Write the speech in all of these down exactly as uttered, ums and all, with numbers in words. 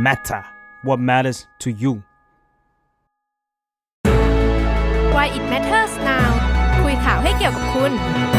matter what matters to you Why it matters now คุยข่าวให้เกี่ยวกับคุณ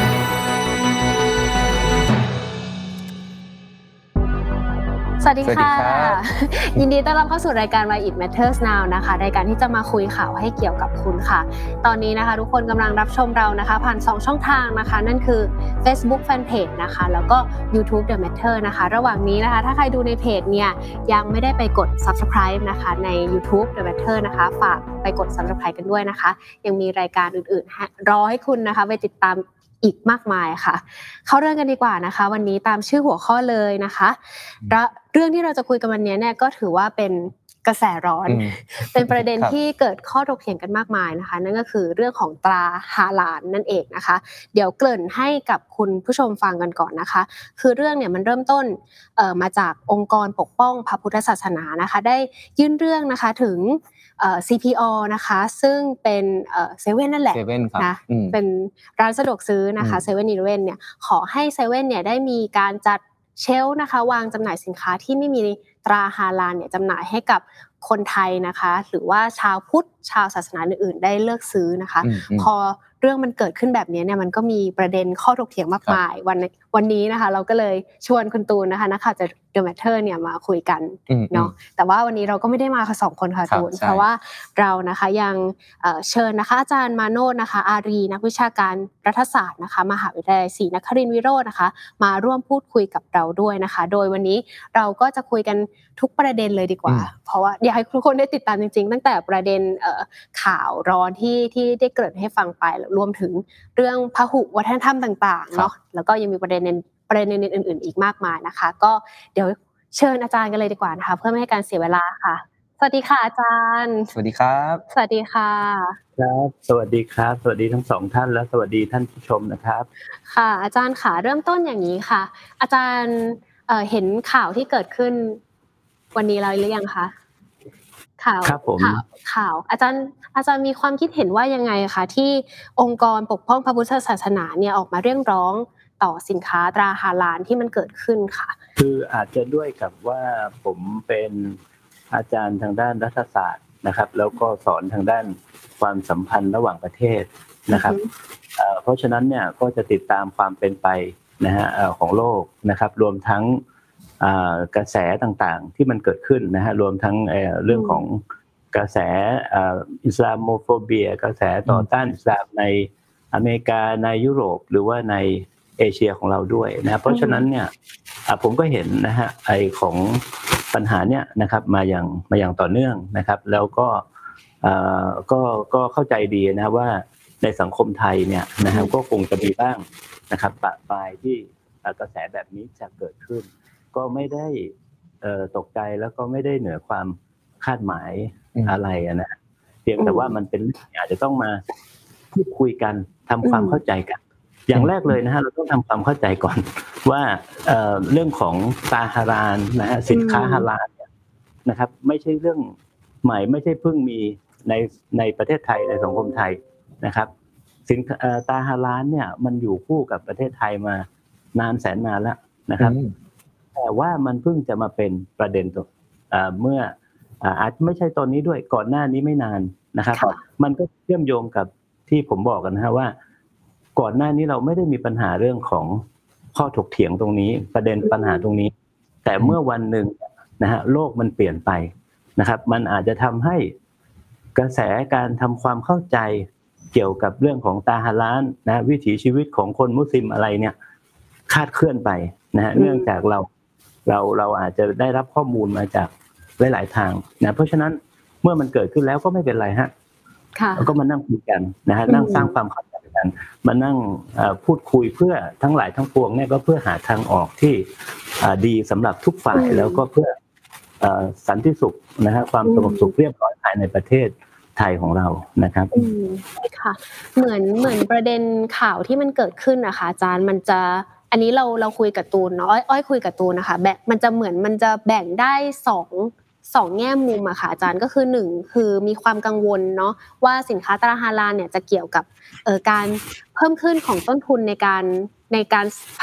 สวัสดีค่ะยินดีต้อนรับเข้าสู่รายการ Why It Matters Now นะคะรายการที่จะมาคุยข่าวให้เกี่ยวกับคุณค่ะตอนนี้นะคะทุกคนกำลังรับชมเรานะคะผ่านสองช่องทางนะคะนั่นคือ Facebook Fanpage นะคะแล้วก็ YouTube The Matter นะคะระหว่างนี้นะคะถ้าใครดูในเพจเนี่ยยังไม่ได้ไปกด Subscribe นะคะใน YouTube The Matter นะคะฝากไปกด Subscribe กันด้วยนะคะยังมีรายการอื่นๆรอให้คุณนะคะไปติดตามอีกมากมายค่ะเข้าเรื่องกันดีกว่านะคะวันนี้ตามชื่อหัวข้อเลยนะคะเรื่องที่เราจะคุยกันวันนี้เนี่ยก็ถือว่าเป็นกระแสร้อนเป็นประเด็นที่เกิดข้อถกเถียงกันมากมายนะคะนั่นก็คือเรื่องของตราฮาลาลนั่นเองนะคะเดี๋ยวเกริ่นให้กับคุณผู้ชมฟังกันก่อนนะคะคือเรื่องเนี่ยมันเริ่มต้นเอ่อมาจากองค์กรปกป้องพระพุทธศาสนานะคะได้ยื่นเรื่องนะคะถึงเอ่อ ซี พี โอ นะคะซึ่งเป็นเอ่อเซเว่นนั่นแหละนะเป็นร้านสะดวกซื้อนะคะเซเว่นอีเลฟเว่นเนี่ยขอให้เซเว่นเนี่ยได้มีการจัดเชลฟ์นะคะวางจำหน่ายสินค้าที่ไม่มีตราฮาลาลเนี่ยจำหน่ายให้กับคนไทยนะคะหรือว่าชาวพุทธชาวศาสนาอื่นๆได้เลือกซื้อนะคะพอเรื่องมันเกิดขึ้นแบบนี้เนี่ยมันก็มีประเด็นข้อถกเถียงมากมายวันวันนี้นะคะเราก็เลยชวนคุณตูนนะคะนักข่าวจาก The Matter เนี่ยมาคุยกันเนาะแต่ว่าวันนี้เราก็ไม่ได้มาค่ะสองคนค่ะตูนเพราะว่าเรานะคะยังเอ่อเชิญนะคะอาจารย์มาโนชนะคะอารีนักวิชาการรัฐศาสตร์นะคะมหาวิทยาลัยศรีนครินทร์วิโรจน์นะคะมาร่วมพูดคุยกับเราด้วยนะคะโดยวันนี้เราก็จะคุยกันทุกประเด็นเลยดีกว่าเพราะว่าอยากให้ทุกคนได้ติดตามจริงๆตั้งแต่ประเด็นเอ่อข่าวร้อนที่ที่ได้เกริ่นให้ฟังไปรวมถึงเรื่องพหุวัฒนธรรมต่างๆเนาะแล้วก็ยังมีประเด็นประเด็นอื่นๆอีกมากมายนะคะก็เดี๋ยวเชิญอาจารย์กันเลยดีกว่านะคะเพื่อไม่ให้การเสียเวลาค่ะสวัสดีค่ะอาจารย์สวัสดีครับสวัสดีค่ะครับสวัสดีครับสวัสดีทั้งสองท่านและสวัสดีท่านผู้ชมนะครับค่ะอาจารย์ค่ะเริ่มต้นอย่างนี้ค่ะอาจารย์เอ่อเห็นข่าวที่เกิดขึ้นวันนี้แล้วหรือยังคะข่าวข่าวข่าวอาจารย์อาจารย์มีความคิดเห็นว่ายังไงคะที่องค์กรปกป้องพระพุทธศาสนาเนี่ยออกมาเรียกร้องต่อสินค้าตราฮาลาลที่มันเกิดขึ้นค่ะคืออาจจะด้วยกับว่าผมเป็นอาจารย์ทางด้านรัฐศาสตร์นะครับแล้วก็สอนทางด้านความสัมพันธ์ระหว่างประเทศนะครับเอ่อเพราะฉะนั้นเนี่ยก็จะติดตามความเป็นไปนะฮะเอ่อของโลกนะครับรวมทั้งเอ่อกระแสต่างๆที่มันเกิดขึ้นนะฮะรวมทั้งเอ่อเรื่องของกระแสเอ่ออิสลามโฟเบียกระแสต่อต้านอิสลามในอเมริกาในยุโรปหรือว่าในเอเชียของเราด้วยนะเพราะฉะนั้นเนี่ยผมก็เห็นนะฮะไอ้ของปัญหาเนี่ยนะครับมาอย่างมาอย่างต่อเนื่องนะครับแล้วก็เอ่อก็ก็เข้าใจดีนะว่าในสังคมไทยเนี่ยนะครับก็คงจะมีบ้างนะครับปะปายที่กระแสแบบนี้จะเกิดขึ้นก็ไม่ได้เอ่อตกใจแล้วก็ไม่ได้เหนือความคาดหมายอะไรนะเพียงแต่ว่ามันเป็นอาจจะต้องมาพูดคุยกันทำความเข้าใจกันอย่างแรกเลยนะฮะเราต้องทำความเข้าใจก่อนว่าเอ่อเรื่องของตราฮาลาลนะฮะสินค้าฮาลาลเนี่ยนะครับไม่ใช่เรื่องใหม่ไม่ใช่เพิ่งมีในในประเทศไทยในสังคมไทยนะครับสินเอ่อตราฮาลาลเนี่ยมันอยู่คู่กับประเทศไทยมานานแสนนานแล้วนะครับแต่ว่ามันเพิ่งจะมาเป็นประเด็นตัวเอ่อเมื่ออาจไม่ใช่ตอนนี้ด้วยก่อนหน้านี้ไม่นานนะครับมันก็เชื่อมโยงกับที่ผมบอกกันนะฮะว่าก่อนหน้านี้เราไม่ได้มีปัญหาเรื่องของข้อถกเถียงตรงนี้ประเด็นปัญหาตรงนี้แต่เมื่อวันหนึ่งนะฮะโลกมันเปลี่ยนไปนะครับมันอาจจะทำให้กระแสการทำความเข้าใจเกี่ยวกับเรื่องของตราฮาลาลนะวิถีชีวิตของคนมุสลิมอะไรเนี่ยคาดเคลื่อนไปนะฮะเนื่องจากเราเราเราอาจจะได้รับข้อมูลมาจากหลายๆทางนะเพราะฉะนั้นเมื่อมันเกิดขึ้นแล้วก็ไม่เป็นไรฮะแล้วก็มานั่งคุยกันนะฮะนั่งสร้างความเข้าใจกันมานั่งพูดคุยเพื่อทั้งหลายทั้งปวงเนี่ยก็เพื่อหาทางออกที่ดีสำหรับทุกฝ่ายแล้วก็เพื่อสันติสุขนะฮะความสงบสุขเรียบร้อยภายในประเทศไทยของเรานะครับอืมค่ะเหมือนเหมือนประเด็นข่าวที่มันเกิดขึ้นนะคะอาจารย์มันจะอันนี้เราเราคุยกับตูนเนาะอ้อยคุยกับตูนนะคะแบบมันจะเหมือนมันจะแบ่งได้สอง สองแง่มุมอะค่ะอาจารย์ก็คือหนึ่งคือมีความกังวลเนาะว่าสินค้าตราฮาลาลเนี่ยจะเกี่ยวกับเอ่อการเพิ่มขึ้นของต้นทุนในการในการผลิต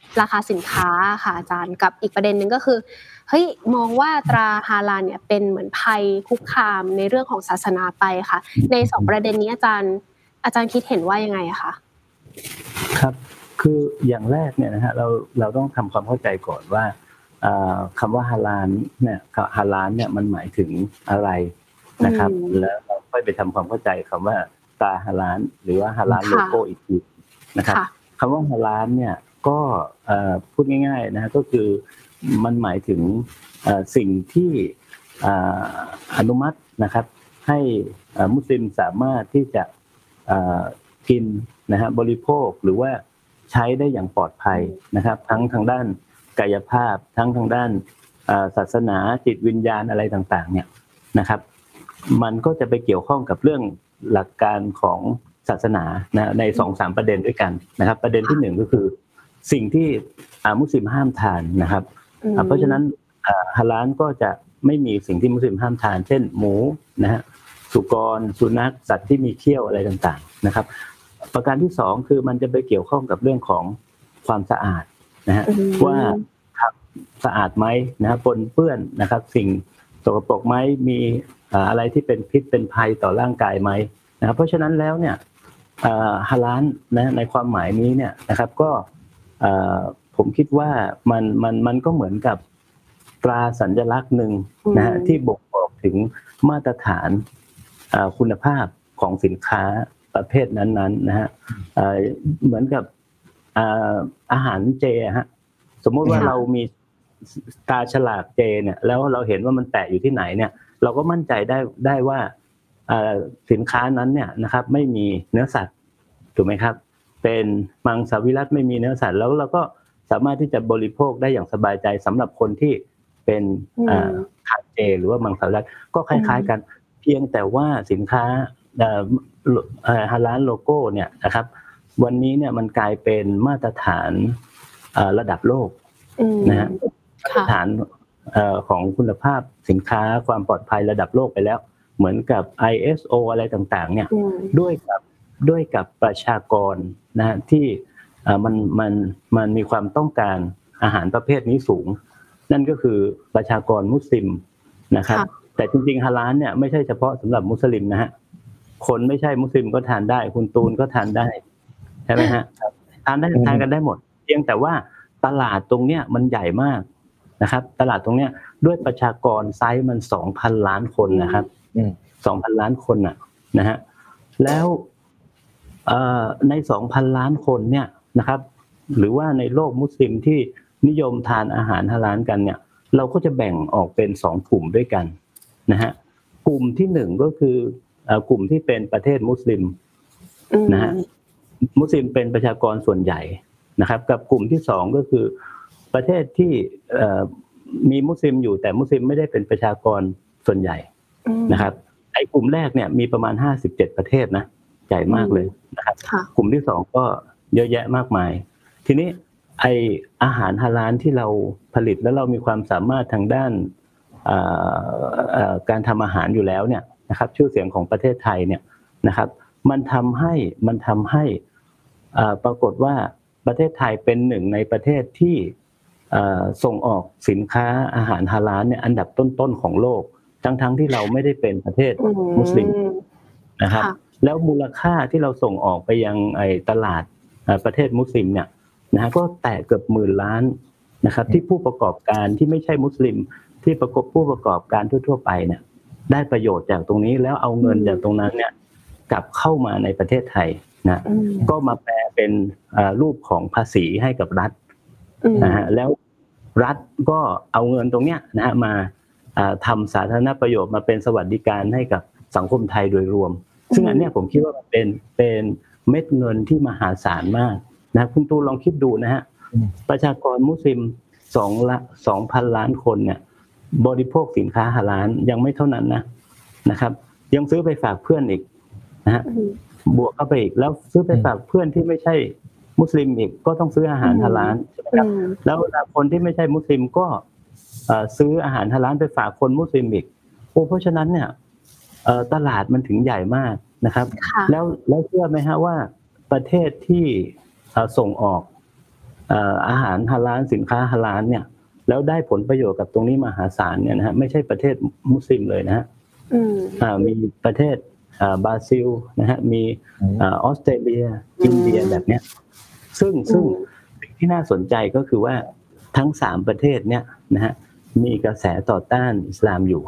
ราคาสินค้าค่ะอาจารย์กับอีกประเด็นนึงก็คือเฮ้ยมองว่าตราฮาลาลเนี่ยเป็นเหมือนภัยคุกคามในเรื่องของศาสนาไปค่ะในสองประเด็นนี้อาจารย์อาจารย์คิดเห็นว่ายังไงอะคะครับคืออย่างแรกเนี่ยนะฮะเราเราต้องทำความเข้าใจก่อนว่าคำว่าฮาลาลเนี่ยฮาลาลเนี่ยมันหมายถึงอะไรนะครับแล้วเราค่อยไปทำความเข้าใจคำว่าตราฮาลาลหรือว่าฮาลาลโลโก้อีกทีนะครับคำว่าฮาลาลเนี่ยก็พูดง่ายๆนะก็คือมันหมายถึงสิ่งที่อนุมัตินะครับให้มุสลิมสามารถที่จะกินนะฮะบริโภคหรือว่าใช้ได้อย่างปลอดภัยนะครับทั้งทางด้านกายภาพทั้งทางด้านศาสนาจิตวิญญาณอะไรต่างๆเนี่ยนะครับมันก็จะไปเกี่ยวข้องกับเรื่องหลักการของศาสนานะใน สองสาม ประเด็นด้วยกันนะครับประเด็นที่หนึ่งก็คือสิ่งที่มุสลิมห้ามทานนะครับเพราะฉะนั้นฮาลาลก็จะไม่มีสิ่งที่มุสลิมห้ามทานเช่นหมูนะฮะสุกรสุนัขสัตว์ที่มีเขี้ยวอะไรต่างๆนะครับประการที่สองคือมันจะไปเกี่ยวข้องกับเรื่องของความสะอาดนะฮะว่าสะอาดไหมนะปนเปื้อนนะครับสิ่งสกปรกไหมมีอะไรที่เป็นพิษเป็นภัยต่อร่างกายไหมนะครับเพราะฉะนั้นแล้วเนี่ยฮาลาลนะในความหมายนี้เนี่ยนะครับก็ผมคิดว่ามันมันมันก็เหมือนกับตราสัญลักษณ์หนึ่งนะฮะที่บ่งบอกถึงมาตรฐานคุณภาพของสินค้าประเภทนั้นๆนะฮะเหมือนกับอาหารเจฮะสมมติว่าเรามีตาฉลากเจเนี่ยแล้วเราเห็นว่ามันแปะอยู่ที่ไหนเนี่ยเราก็มั่นใจได้ได้ว่าสินค้านั้นเนี่ยนะครับไม่มีเนื้อสัตว์ถูกไหมครับเป็นมังสวิรัติไม่มีเนื้อสัตว์แล้วเราก็สามารถที่จะบริโภคได้อย่างสบายใจสำหรับคนที่เป็นทานเจหรือว่ามังสวิรัติก็คล้ายๆกันเพียงแต่ว่าสินค้าฮาลาลโลโก้เนี่ยนะครับวันนี้เนี่ยมันกลายเป็นมาตรฐานระดับโลกนะฮะมาตรฐานของคุณภาพสินค้าความปลอดภัยระดับโลกไปแล้วเหมือนกับ ไอ เอส โอ อะไรต่างๆเนี่ยด้วยกับด้วยกับประชากรนะฮะที่มันมันมันมีความต้องการอาหารประเภทนี้สูงนั่นก็คือประชากรมุสลิมนะครับแต่จริงๆฮาลาลเนี่ยไม่ใช่เฉพาะสำหรับมุสลิมนะฮะคนไม่ใช่มุสลิมก็ทานได้คุณตูนก็ทานได้ใช่ไหมฮะทานได้ทานกันได้หมดเพียงแต่ว่าตลาดตรงเนี้ยมันใหญ่มากนะครับตลาดตรงเนี้ยด้วยประชากรไซส์มัน สองพัน ล้านคนนะครับสองพัน ล้านคนน่ะนะฮะแล้วใน สองพัน ล้านคนเนี่ยนะครับหรือว่าในโลกมุสลิมที่นิยมทานอาหารฮาลาลกันเนี่ยเราก็จะแบ่งออกเป็นสองกลุ่มด้วยกันนะฮะกลุ่มที่หนึ่งก็คือกลุ่มที่เป็นประเทศมุสลิมนะฮะมุสลิมเป็นประชากรส่วนใหญ่นะครับกับกลุ่มที่สองก็คือประเทศที่มีมุสลิมอยู่แต่มุสลิมไม่ได้เป็นประชากรส่วนใหญ่นะครับไอ้กลุ่มแรกเนี่ยมีประมาณห้าสิบเจ็ดประเทศนะใหญ่มากเลยนะครับกลุ่มที่สองก็เยอะแยะมากมายทีนี้ไอ้อาหารฮาลาลที่เราผลิตแล้วเรามีความสามารถทางด้านการทำอาหารอยู่แล้วเนี่ยนะครับชื่อเสียงของประเทศไทยเนี่ยนะครับมันทำให้มันทำให้ปรากฏว่าประเทศไทยเป็นหนึ่งในประเทศที่ส่งออกสินค้าอาหารฮาลาลเนี่ยอันดับต้นๆของโลกทั้งๆที่เราไม่ได้เป็นประเทศมุสลิมนะครับแล้วมูลค่าที่เราส่งออกไปยังไอ้ตลาดประเทศมุสลิมเนี่ยนะฮะก็แตะเกือบหมื่นล้านนะครับที่ผู้ประกอบการที่ไม่ใช่มุสลิมที่ประกอบผู้ประกอบการทั่วๆไปเนี่ยได้ประโยชน์จากตรงนี้แล้วเอาเงินจากตรงนั้นเนี่ยกลับเข้ามาในประเทศไทยนะก็มาแปลเป็นรูปของภาษีให้กับรัฐนะฮะแล้วรัฐก็เอาเงินตรงเนี้ยนะฮะมาทำสาธารณประโยชน์มาเป็นสวัสดิการให้กับสังคมไทยโดยรวมซึ่งอันเนี้ยผมคิดว่าเป็นเป็นเม็ดเงินที่มหาศาลมากนะคุณตูนลองคิดดูนะฮะประชากรมุสลิมสองละสองพันล้านคนเนี่ยบริโภคสินค้าฮาลาลยังไม่เท่านั้นนะนะครับยังซื้อไปฝากเพื่อนอีกนะฮะบวกเข้าไปอีกแล้วซื้อไปฝากเพื่อนที่ไม่ใช่มุสลิมอีกก็ต้องซื้ออาหารฮาลาลใช่ไหมครับแล้วคนที่ไม่ใช่มุสลิมก็ซื้ออาหารฮาลาลไปฝากคนมุสลิมอีกโอ้เพราะฉะนั้นเนี่ยตลาดมันถึงใหญ่มากนะครับแล้วแล้วเชื่อไหมฮะว่าประเทศที่ส่งออกเอ่ออาหารฮาลาลสินค้าฮาลาลเนี่ยแล้วได้ผลประโยชน์กับตรงนี้มหาศาลเนี่ยนะฮะไม่ใช่ประเทศมุสลิมเลยนะฮะอ่ามีประเทศอ่าบราซิลนะฮะมีอ่าออสเตรเลียอินเดียแบบเนี้ยซึ่งซึ่งที่น่าสนใจก็คือว่าทั้งสามประเทศเนี่ยนะฮะมีกระแสต่อต้านอิสลามอยู่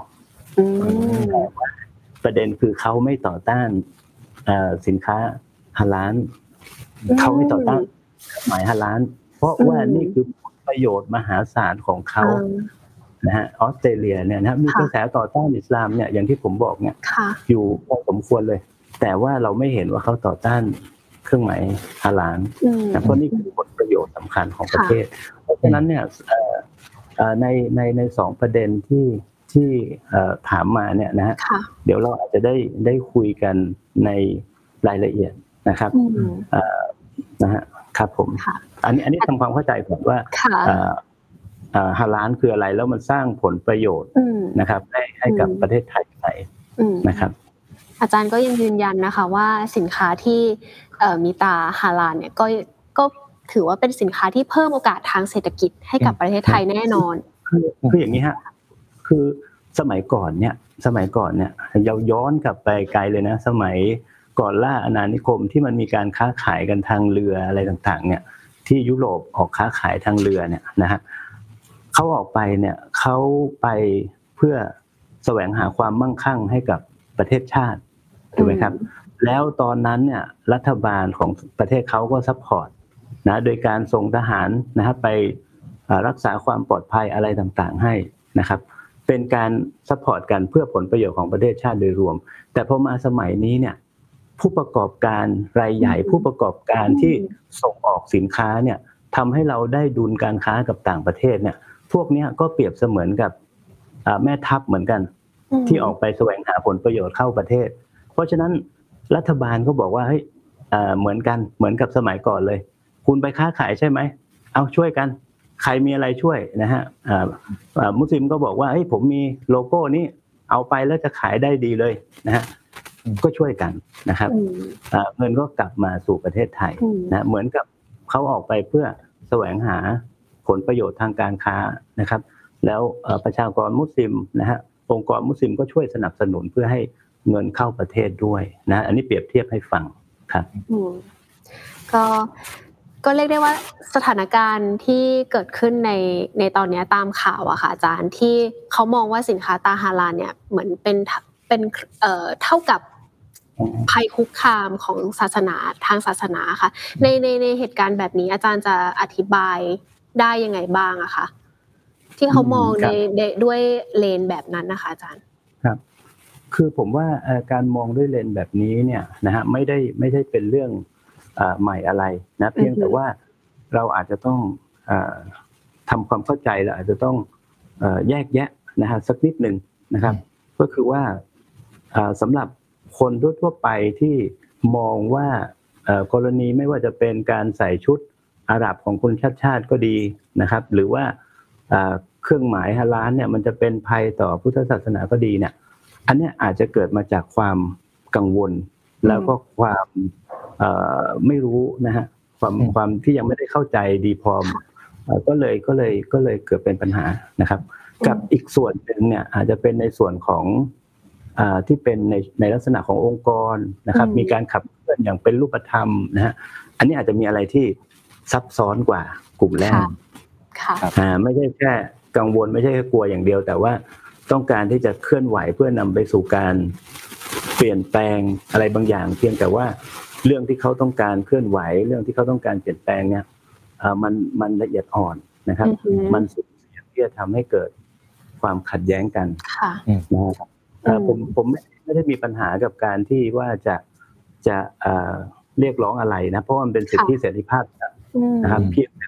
ประเด็นคือเขาไม่ต่อต้านสินค้าฮาลาลเขาไม่ต่อต้านหมายฮาลาลเพราะว่านี่คือประโยชน์มหาศาลของเขานะฮะออสเตรเลียเนี่ยนะมีกระแสต่อต้านอิสลามเนี่ยอย่างที่ผมบอกเนี่ยอยู่พอสมควรเลยแต่ว่าเราไม่เห็นว่าเขาต่อต้านเครื่องหมายฮาลาลนะเพราะนี่คือผลประโยชน์สำคัญของประเทศเพราะฉะนั้นเนี่ยในในในสองประเด็นที่ที่ถามมาเนี่ยนะฮะเดี๋ยวเราอาจจะได้ได้คุยกันในรายละเอียดนะครับนะฮะครับผมอันนี้อันนี้ทำความเข้าใจก่อนว่าฮาลาลคืออะไรแล้วมันสร้างผลประโยชน์นะครับให้ให้กับประเทศไทยไหนนะครับอาจารย์ก็ยังยืนยันนะคะว่าสินค้าที่มีตราฮาลาลเนี่ยก็ก็ถือว่าเป็นสินค้าที่เพิ่มโอกาสทางเศรษฐกิจให้กับประเทศไทยแน่นอนคือคืออย่างนี้ฮะคือสมัยก่อนเนี่ยสมัยก่อนเนี่ยเราย้อนกลับไปไกลเลยนะสมัยก่อนล่าอาณานิคมที่มันมีการค้าขายกันทางเรืออะไรต่างๆเนี่ยที่ยุโรปออกค้าขายทางเรือเนี่ยนะฮะเขาออกไปเนี่ยเขาไปเพื่อแสวงหาความมั่งคั่งให้กับประเทศชาติถูกไหมครับแล้วตอนนั้นเนี่ยรัฐบาลของประเทศเขาก็ซัพพอร์ตนะโดยการส่งทหารนะครับไปรักษาความปลอดภัยอะไรต่างๆให้นะครับเป็นการซัพพอร์ตกันเพื่อผลประโยชน์ของประเทศชาติโดยรวมแต่พอมาสมัยนี้เนี่ยผู้ประกอบการรายใหญ่ผู้ประกอบการที่ส่งออกสินค้าเนี่ยทำให้เราได้ดุลการค้ากับต่างประเทศเนี่ยพวกนี้ก็เปรียบเสมือนกับแม่ทัพเหมือนกันที่ออกไปแสวงหาผลประโยชน์เข้าประเทศเพราะฉะนั้นรัฐบาลก็บอกว่าเฮ้ยเหมือนกันเหมือนกับสมัยก่อนเลยคุณไปค้าขายใช่ไหมเอาช่วยกันใครมีอะไรช่วยนะฮะมุสลิมก็บอกว่าเฮ้ยผมมีโลโก้นี้เอาไปแล้วจะขายได้ดีเลยนะฮะก็ช่วยกันนะครับเงินก็กลับมาสู่ประเทศไทยนะเหมือนกับเขาออกไปเพื่อแสวงหาผลประโยชน์ทางการค้านะครับแล้วประชากรมุสลิมนะฮะองค์กรมุสลิมก็ช่วยสนับสนุนเพื่อให้เงินเข้าประเทศด้วยนะอันนี้เปรียบเทียบให้ฟังครับก็ก็เรียกได้ว่าสถานการณ์ที่เกิดขึ้นในในตอนนี้ตามข่าวอะค่ะอาจารย์ที่เขามองว่าสินค้าตราฮาลาลเนี่ยเหมือนเป็นเป็นเอ่อเท่ากับภัยคุกคามของศาสนาทางศาสนาค่ะในในในเหตุการณ์แบบนี้อาจารย์จะอธิบายได้ยังไงบ้างอะคะที่เขามองในด้วยเลนแบบนั้นนะคะอาจารย์ครับคือผมว่าการมองด้วยเลนแบบนี้เนี่ยนะฮะไม่ได้ไม่ได้เป็นเรื่องใหม่อะไรนะเพียงแต่ว่าเราอาจจะต้องทำความเข้าใจเราอาจจะต้องแยกแยะนะฮะสักนิดนึงนะครับก็คือว่าสำหรับคนทั่วๆไปที่มองว่ากรณีไม่ว่าจะเป็นการใส่ชุดอาหรับของคุณชาติชาติก็ดีนะครับหรือว่าเครื่องหมายฮาลาลเนี่ยมันจะเป็นภัยต่อพุทธศาสนาก็ดีเนี่ยอันนี้อาจจะเกิดมาจากความกังวลแล้วก็ความไม่รู้นะฮะความความที่ยังไม่ได้เข้าใจดีพอก็เลยก็เลยก็เลยเกิดเป็นปัญหานะครับกับอีกส่วนหนึ่งเนี่ยอาจจะเป็นในส่วนของที่เป็นในในลักษณะขององค์กรนะครับมีการขับเคลื่อนอย่างเป็นรูปธรรมนะฮะอันนี้อาจจะมีอะไรที่ซับซ้อนกว่ากลุ่มแรกค่ะไม่ใช่แค่กังวลไม่ใช่แค่กลัวอย่างเดียวแต่ว่าต้องการที่จะเคลื่อนไหวเพื่อนำไปสู่การเปลี่ยนแปลงอะไรบางอย่างเพียงแต่ว่าเรื่องที่เขาต้องการเคลื่อนไหวเรื่องที่เขาต้องการเปลี่ยนแปลงเนี่ยมันมันละเอียดอ่อนนะครับมันสุ่มเสี่ยงที่จะทำให้เกิดความขัดแย้งกันนะครับผมผมไม่ได้มีปัญหากับการที่ว่าจะจะเรียกร้องอะไรนะเพราะมันเป็นสิทธิเสรีภาพนะครับเพียงแต่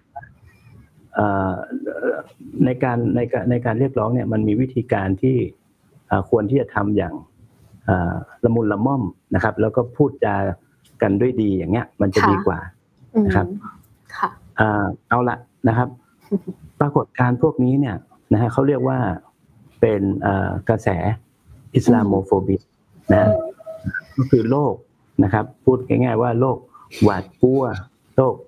ในการในการในการเรียกร้องเนี่ยมันมีวิธีการที่ควรที่จะทำอย่างละมุนละม่อมนะครับแล้วก็พูดจากันด้วยดีอย่างเงี้ยมันจะดีกว่านะครับเอาละนะครับปรากฏการณ์พวกนี้เนี่ยนะฮะเขาเรียกว่าเป็นกระแสอิสลามโมโฟเบียนะก็คือโลกนะครับพูดง่ายๆว่าโลกหวาดกลัวโลก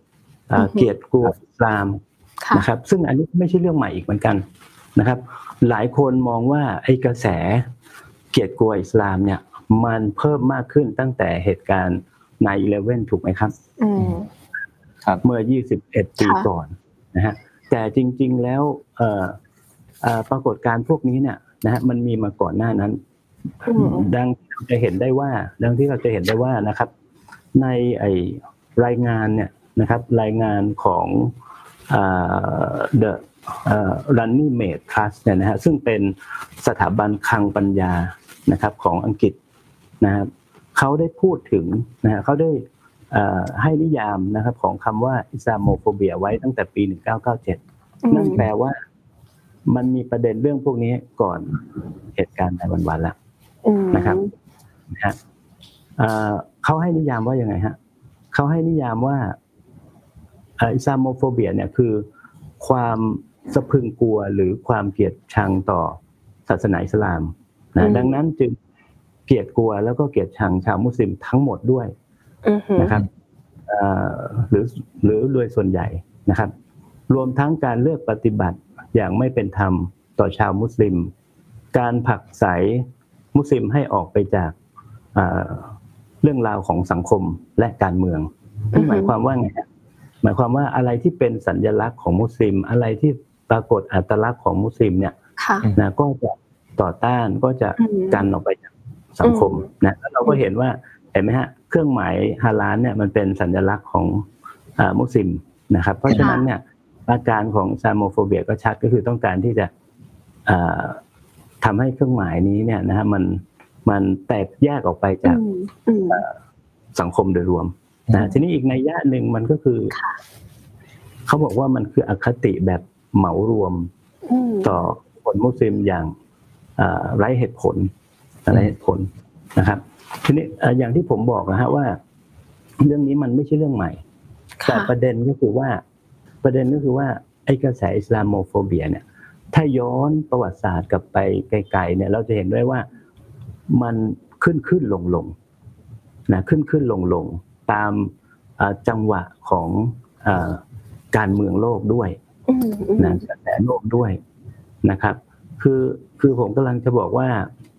เกลียดกลัวอิสลามนะครับซึ่งอันนี้ไม่ใช่เรื่องใหม่อีกเหมือนกันนะครับหลายคนมองว่าไอ้กระแสเกลียดกลัวอิสลามเนี่ยมันเพิ่มมากขึ้นตั้งแต่เหตุการณ์ไนน์ อีเลฟเว่น ถูกไหมครับอืมครับเมื่อยี่สิบเอ็ดปีก่อนนะฮะแต่จริงๆแล้วเอ่อเอ่อปรากฏการณ์พวกนี้เนี่ยนะฮะมันมีมาก่อนหน้านั้นดังที่เราจะเห็นได้ว่าดังที่เราจะเห็นได้ว่านะครับในไอ้รายงานเนี่ยนะครับรายงานของเอ่อ The เอ่อ Running Mate Trust เนี่ยนะฮะซึ่งเป็นสถาบันคลังปัญญานะครับของอังกฤษนะครับเขาได้พูดถึงนะฮะเขาได้เอ่อให้นิยามนะครับของคำว่าอิสลามโมโฟเบียไว้ตั้งแต่ปีหนึ่งเก้าเก้าเจ็ดนั่นแปลว่ามันมีประเด็นเรื่องพวกนี้ก่อนเหตุการณ์ในวันวันละนะครับนะฮะเอ่อเขาให้นิยามว่ายังไงฮะเขาให้นิยามว่าอิสลามโมโฟเบียเนี่ยคือความสะพรึงกลัวหรือความเกลียดชังต่อศาสนาอิสลามนะดังนั้นจึงเกลียดกลัวแล้วก็เกลียดชังชาวมุสลิมทั้งหมดด้วยนะครับหรือหรือโดยส่วนใหญ่นะครับรวมทั้งการเลือกปฏิบัติอย่างไม่เป็นธรรมต่อชาวมุสลิมการผลักไสมุสลิมให้ออกไปจากเรื่องราวของสังคมและการเมืองนี่หมายความว่าไงหมายความว่าอะไรที่เป็นสัญลักษณ์ของมุสลิมอะไรที่ปรากฏอัตลักษณ์ของมุสลิมเนี่ยนะก็จะต่อต้านก็จะกันออกไปจากสังคมนะแล้วเราก็เห็นว่าเห็นไหมฮะเครื่องหมายฮาลาลเนี่ยมันเป็นสัญลักษณ์ของมุสลิมนะครับเพราะฉะนั้นเนี่ยอาการของอิสลามโมโฟเบียก็ชัดก็คือต้องการที่จะทำให้เครื่องหมายนี้เนี่ยนะฮะมันมันแตกแยกออกไปจากสังคมโดยรวมนะทีนี้อีกนัยยะหนึ่งมันก็คือเขาบอกว่ามันคืออคติแบบเหมารวมต่อคนมุสลิมอย่างไร้เหตุผลไร้เหตุผลนะครับทีนี้อย่างที่ผมบอกนะฮะว่าเรื่องนี้มันไม่ใช่เรื่องใหม่แต่ประเด็นก็คือว่าประเด็นก็คือว่าไอ้กระแสอิสลามโมโฟเบียเนี่ยถ้าย้อนประวัติศาสตร์กลับไปไกลๆเนี่ยเราจะเห็นได้ว่ามันขึ้นขึ้นลงลงนะขึ้นขึ้นลงลงตามจังหวะของการเมืองโลกด้วยนะกระแสโลกด้วยนะครับคือคือผมกำลังจะบอกว่า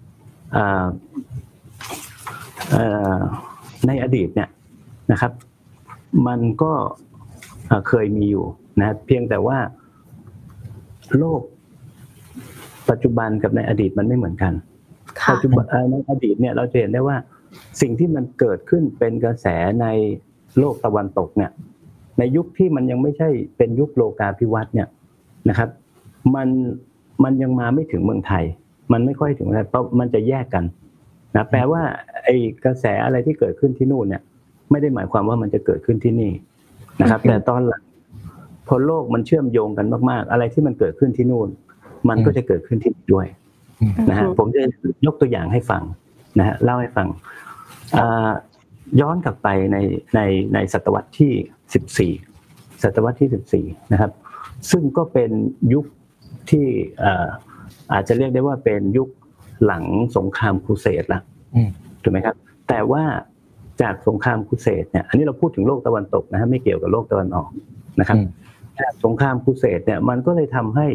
ในอดีตเนี่ยนะครับมันก็เคยมีอยู่นะเพียงแต่ว่าโลกปัจจุบันกับในอดีตมันไม่เหมือนกันปัจจุบันในอดีตเนี่ยเราจะเห็นได้ว่าสิ่งที่มันเกิดขึ้นเป็นกระแสในโลกตะวันตกเนี่ยในยุคที่มันยังไม่ใช่เป็นยุคโลกาภิวัตน์เนี่ยนะครับมันมันยังมาไม่ถึงเมืองไทยมันไม่ค่อยถึงเพราะมันจะแยกกันนะแปลว่าไอ้กระแสอะไรที่เกิดขึ้นที่นู่นเนี่ยไม่ได้หมายความว่ามันจะเกิดขึ้นที่นี่นะครับแต่ตอนหลังพอโลกมันเชื่อมโยงกันมากๆอะไรที่มันเกิดขึ้นที่นู่นมันก็จะเกิดขึ้นที่นี่ด้วยนะฮะผมจะยกตัวอย่างให้ฟังนะฮะเล่าให้ฟังย้อนกลับไปในในในศตวรรษที่สิบสี่ศตวรรษที่สิบสี่นะครับซึ่งก็เป็นยุคที่อาจจะเรียกได้ว่าเป็นยุคหลังสงครามครูเสดละถูกไหมครับแต่ว่าจากสงครามครูเสดเนี่ยอันนี้เราพูดถึงโลกตะวันตกนะฮะไม่เกี่ยวกับโลกตะวันออกนะครับจากสงครามครูเสดเนี่ยมันก็เลยทำให้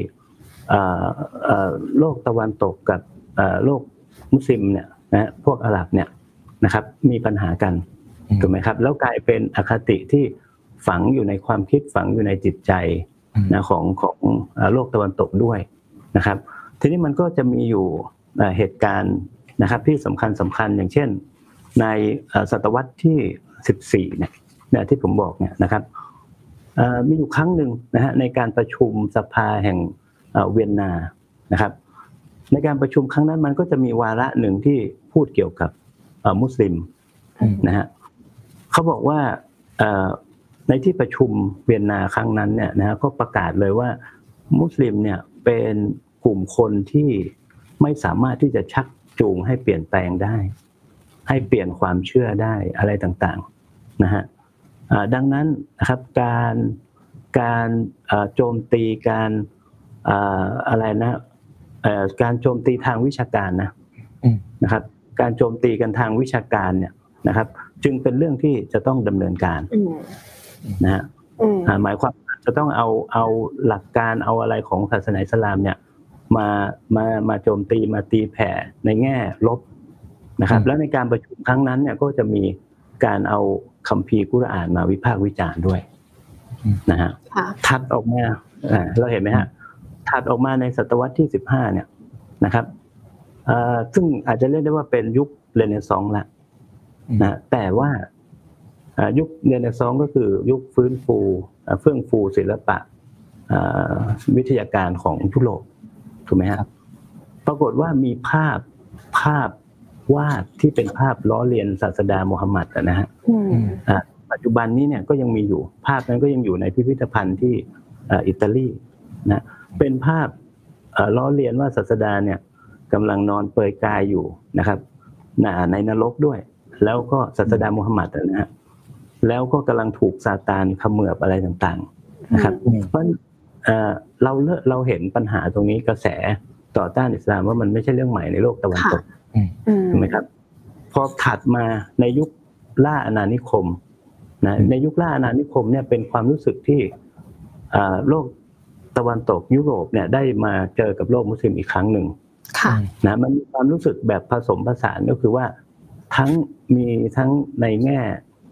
โลกตะวันตกกับโลกมุสลิมเนี่ยนะพวกอาหรับเนี่ยนะครับมีปัญหากันถูกไหมครับแล้วกลายเป็นอคติที่ฝังอยู่ในความคิดฝังอยู่ในจิตใจนะของของโลกตะวันตกด้วยนะครับทีนี้มันก็จะมีอยู่เหตุการณ์นะครับที่สำคัญสำคัญอย่างเช่นในศตวรรษที่สิบสี่เนี่ยที่ผมบอกเนี่ยนะครับมีอยู่ครั้งหนึ่งนะฮะในการประชุมสภาแห่งเวียนนานะครับในการประชุมครั้งนั้นมันก็จะมีวาระหนึ่งที่พูดเกี่ยวกับมุสลิมนะฮะเขาบอกว่าในที่ประชุมเวียนนาครั้งนั้นเนี่ยนะฮะก็ประกาศเลยว่ามุสลิมเนี่ยเป็นกลุ่มคนที่ไม่สามารถที่จะชักจูงให้เปลี่ยนแปลงได้ให้เปลี่ยนความเชื่อได้อะไรต่างๆนะฮะดังนั้นนะครับการการโจมตีการอะไรนะการโจมตีทางวิชาการนะนะครับการโจมตีกันทางวิชาการเนี่ยนะครับจึงเป็นเรื่องที่จะต้องดำเนินการนะฮะหมายความจะต้องเอาเอาหลักการเอาอะไรของศาสนาอิสลามเนี่ยมามามาโจมตีมาตีแผ่ในแง่ลบนะครับแล้วในการประชุมครั้งนั้นเนี่ยก็จะมีการเอาคัมภีร์กุรอานมาวิพากษ์วิจารณ์ด้วยนะฮะถัดออกมาเราเห็นไหมฮะถัดออกมาในศตวรรษที่สิบห้าเนี่ยนะครับซึ่งอาจจะเรียกได้ว่าเป็นยุคเรเนซองส์ละนะแต่ว่ายุคเรเนซองส์ก็คือยุคฟื้นฟูเฟื่องฟูศิลปะวิทยาการของยุโรปถูกไหมครับปรากฏว่ามีภาพภาพวาดที่เป็นภาพล้อเลียนศาสดามูฮัมหมัดนะฮะปัจจุบันนี้เนี่ยก็ยังมีอยู่ภาพนั้นก็ยังอยู่ในพิพิธภัณฑ์ที่อิตาลีนะเป็นภาพล้อเลียนว่าศาสดาเนี่ยกำลังนอนเปลือยกายอยู่นะครับในนรกด้วยแล้วก็ศาสดามูฮัมหมัดนะฮะแล้วก็กำลังถูกซาตานเขมือบอะไรต่างๆนะครับเพราะเราเราเห็นปัญหาตรงนี้กระแสต่อต้านอิสลามว่ามันไม่ใช่เรื่องใหม่ในโลกตะวันตกถูกไหมครับพอถัดมาในยุคล่าอาณานิคมนะในยุคล่าอาณานิคมเนี่ยเป็นความรู้สึกที่โลกตะวันตกยุโรปเนี่ยได้มาเจอกับโลกมุสลิมอีกครั้งหนึ่งนะมันมีความรู้สึกแบบผสมผสานก็คือว่าทั้งมีทั้งในแง่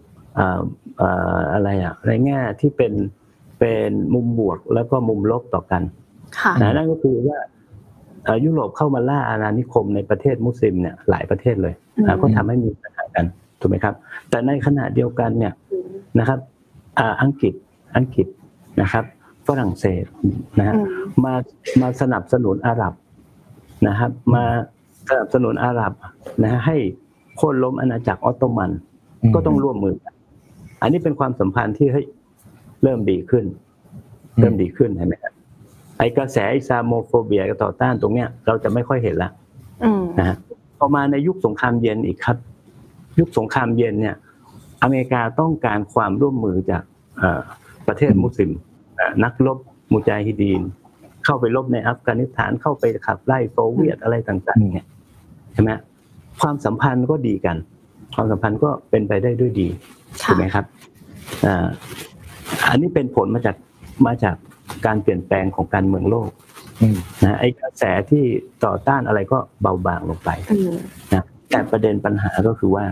อะไรอ่ะในแง่ที่เป็นเป็นมุมบวกแล้วก็มุมลบต่อกันนะนั่นก็คือว่ายุโรปเข้ามาล่าอาณานิคมในประเทศมุสลิมเนี่ยหลายประเทศเลยก็ทำให้มีปัญหากันถูกไหมครับแต่ในขณะเดียวกันเนี่ยนะครับอังกฤษอังกฤษนะครับฝรั่งเศสนะฮะมามาสนับสนุนอาหรับนะครับมาสนับสนุนอาหรับนะให้โค่นล้มอาณาจักรออตโตมันก็ต้องร่วมมือกันอันนี้เป็นความสัมพันธ์ที่เฮ้ยเริ่มดีขึ้นเริ่มดีขึ้นเห็นไหมครับไอ้กระแสอิสลามโมโฟเบียต่อต้านตรงเนี้ยเราจะไม่ค่อยเห็นละนะฮะพอมาในยุคสงครามเย็นอีกครับยุคสงครามเย็นเนี่ยอเมริกาต้องการความร่วมมือจากประเทศมุสลิมนักรบมุจาฮิดีนเข้าไปรบในอัฟกานิสถานเข้าไปขับไล่โซเวียตอะไรต่างๆเนี่ยใช่ไหมความสัมพันธ์ก็ดีกันความสัมพันธ์ก็เป็นไปได้ด้วยดีถูกไหมครับอ่าอันนี้เป็นผลมาจากมาจากการเปลี่ยนแปลงของการเมืองโลกนะไอ้กระแสที่ต่อต้านอะไรก็เบาบางลงไปนะแต่ประเด็นปัญหาก็คือว่า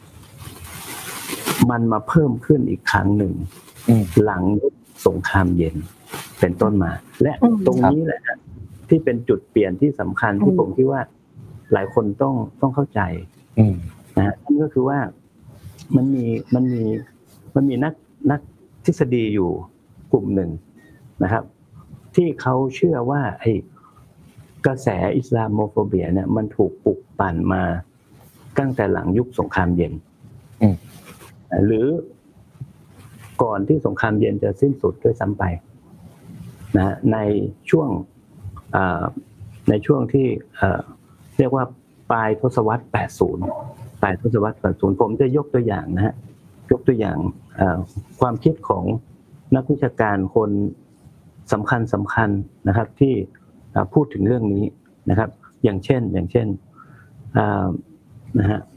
มันมาเพิ่มขึ้นอีกครั้งหนึ่งหลังสงครามเย็นเป็นต้นมาและตรงนี้แหละที่เป็นจุดเปลี่ยนที่สำคัญที่ผมคิดว่าหลายคนต้องต้องเข้าใจนะนั่นก็คือว่ามันมีมันมีมันมีนักนักทฤษฎีอยู่กลุ่มหนึ่งนะครับที่เขาเชื่อว่าไอ้กระแสอิสลามโมโฟเบียเนี่ยมันถูกปลุกปั่นมาตั้งแต่หลังยุคสงครามเย็นหรือก่อนที่สงครามเย็นจะสิ้นสุดด้วยซ้ำไปนะในช่วงในช่วงที่เรียกว่าปลายทศวรรษแปดสิบปลายทศวรรษแปดสิบผมจะยกตัวอย่างนะฮะยกตัวอย่างความคิดของนักวิชาการคนสำคัญสำคัญนะครับที่พูดถึงเรื่องนี้นะครับอย่างเช่นอย่างเช่นนะฮะ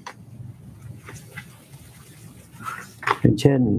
อย่างเช่น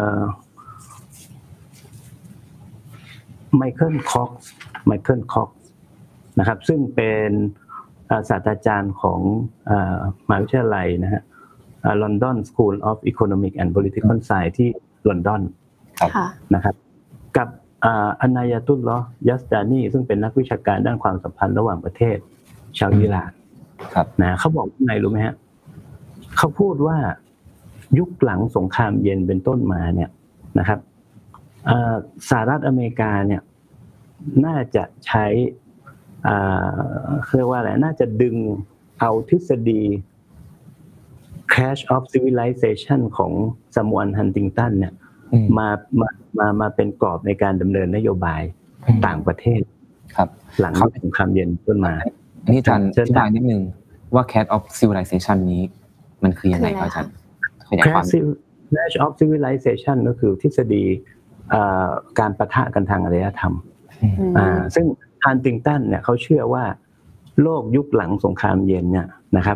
ไมเคิลคอกซ์ไมเคิลคอกซ์นะครับซึ่งเป็นศาสตราจารย์ของมหาวิทยาลัยนะฮะ London School of Economic and Political Science ที่ลอนดอนนะครับกับอันนายาตุลลอฮ์ยัสดานีซึ่งเป็นนักวิชาการด้านความสัมพันธ์ระหว่างประเทศชาวอิหร่านนะเขาบอกว่าไงรู้ไหมฮะเขาพูดว่ายุคหลังสงครามเย็นเป็นต้นมาเนี่ยนะครับสหรัฐอเมริกาเนี่ยน่าจะใช้เรียกว่าอะไรน่าจะดึงเอาทฤษฎี Crash of Civilization ของซามูอัล ฮันติงตันเนี่ยมามามามาเป็นกรอบในการดำเนินนโยบายต่างประเทศครับหลังสงครามเย็นต้นมาอันนี้อาจารย์อธิบายนิดนึงว่า Crash of Civilization นี้มันคือยังไงครับอาจารย์ Crash of Civilization ก็คือทฤษฎีการปะทะกันทางอารยธรรมซึ่งฮันติงตันเนี่ยเขาเชื่อว่าโลกยุคหลังสงครามเย็นเนี่ยนะครับ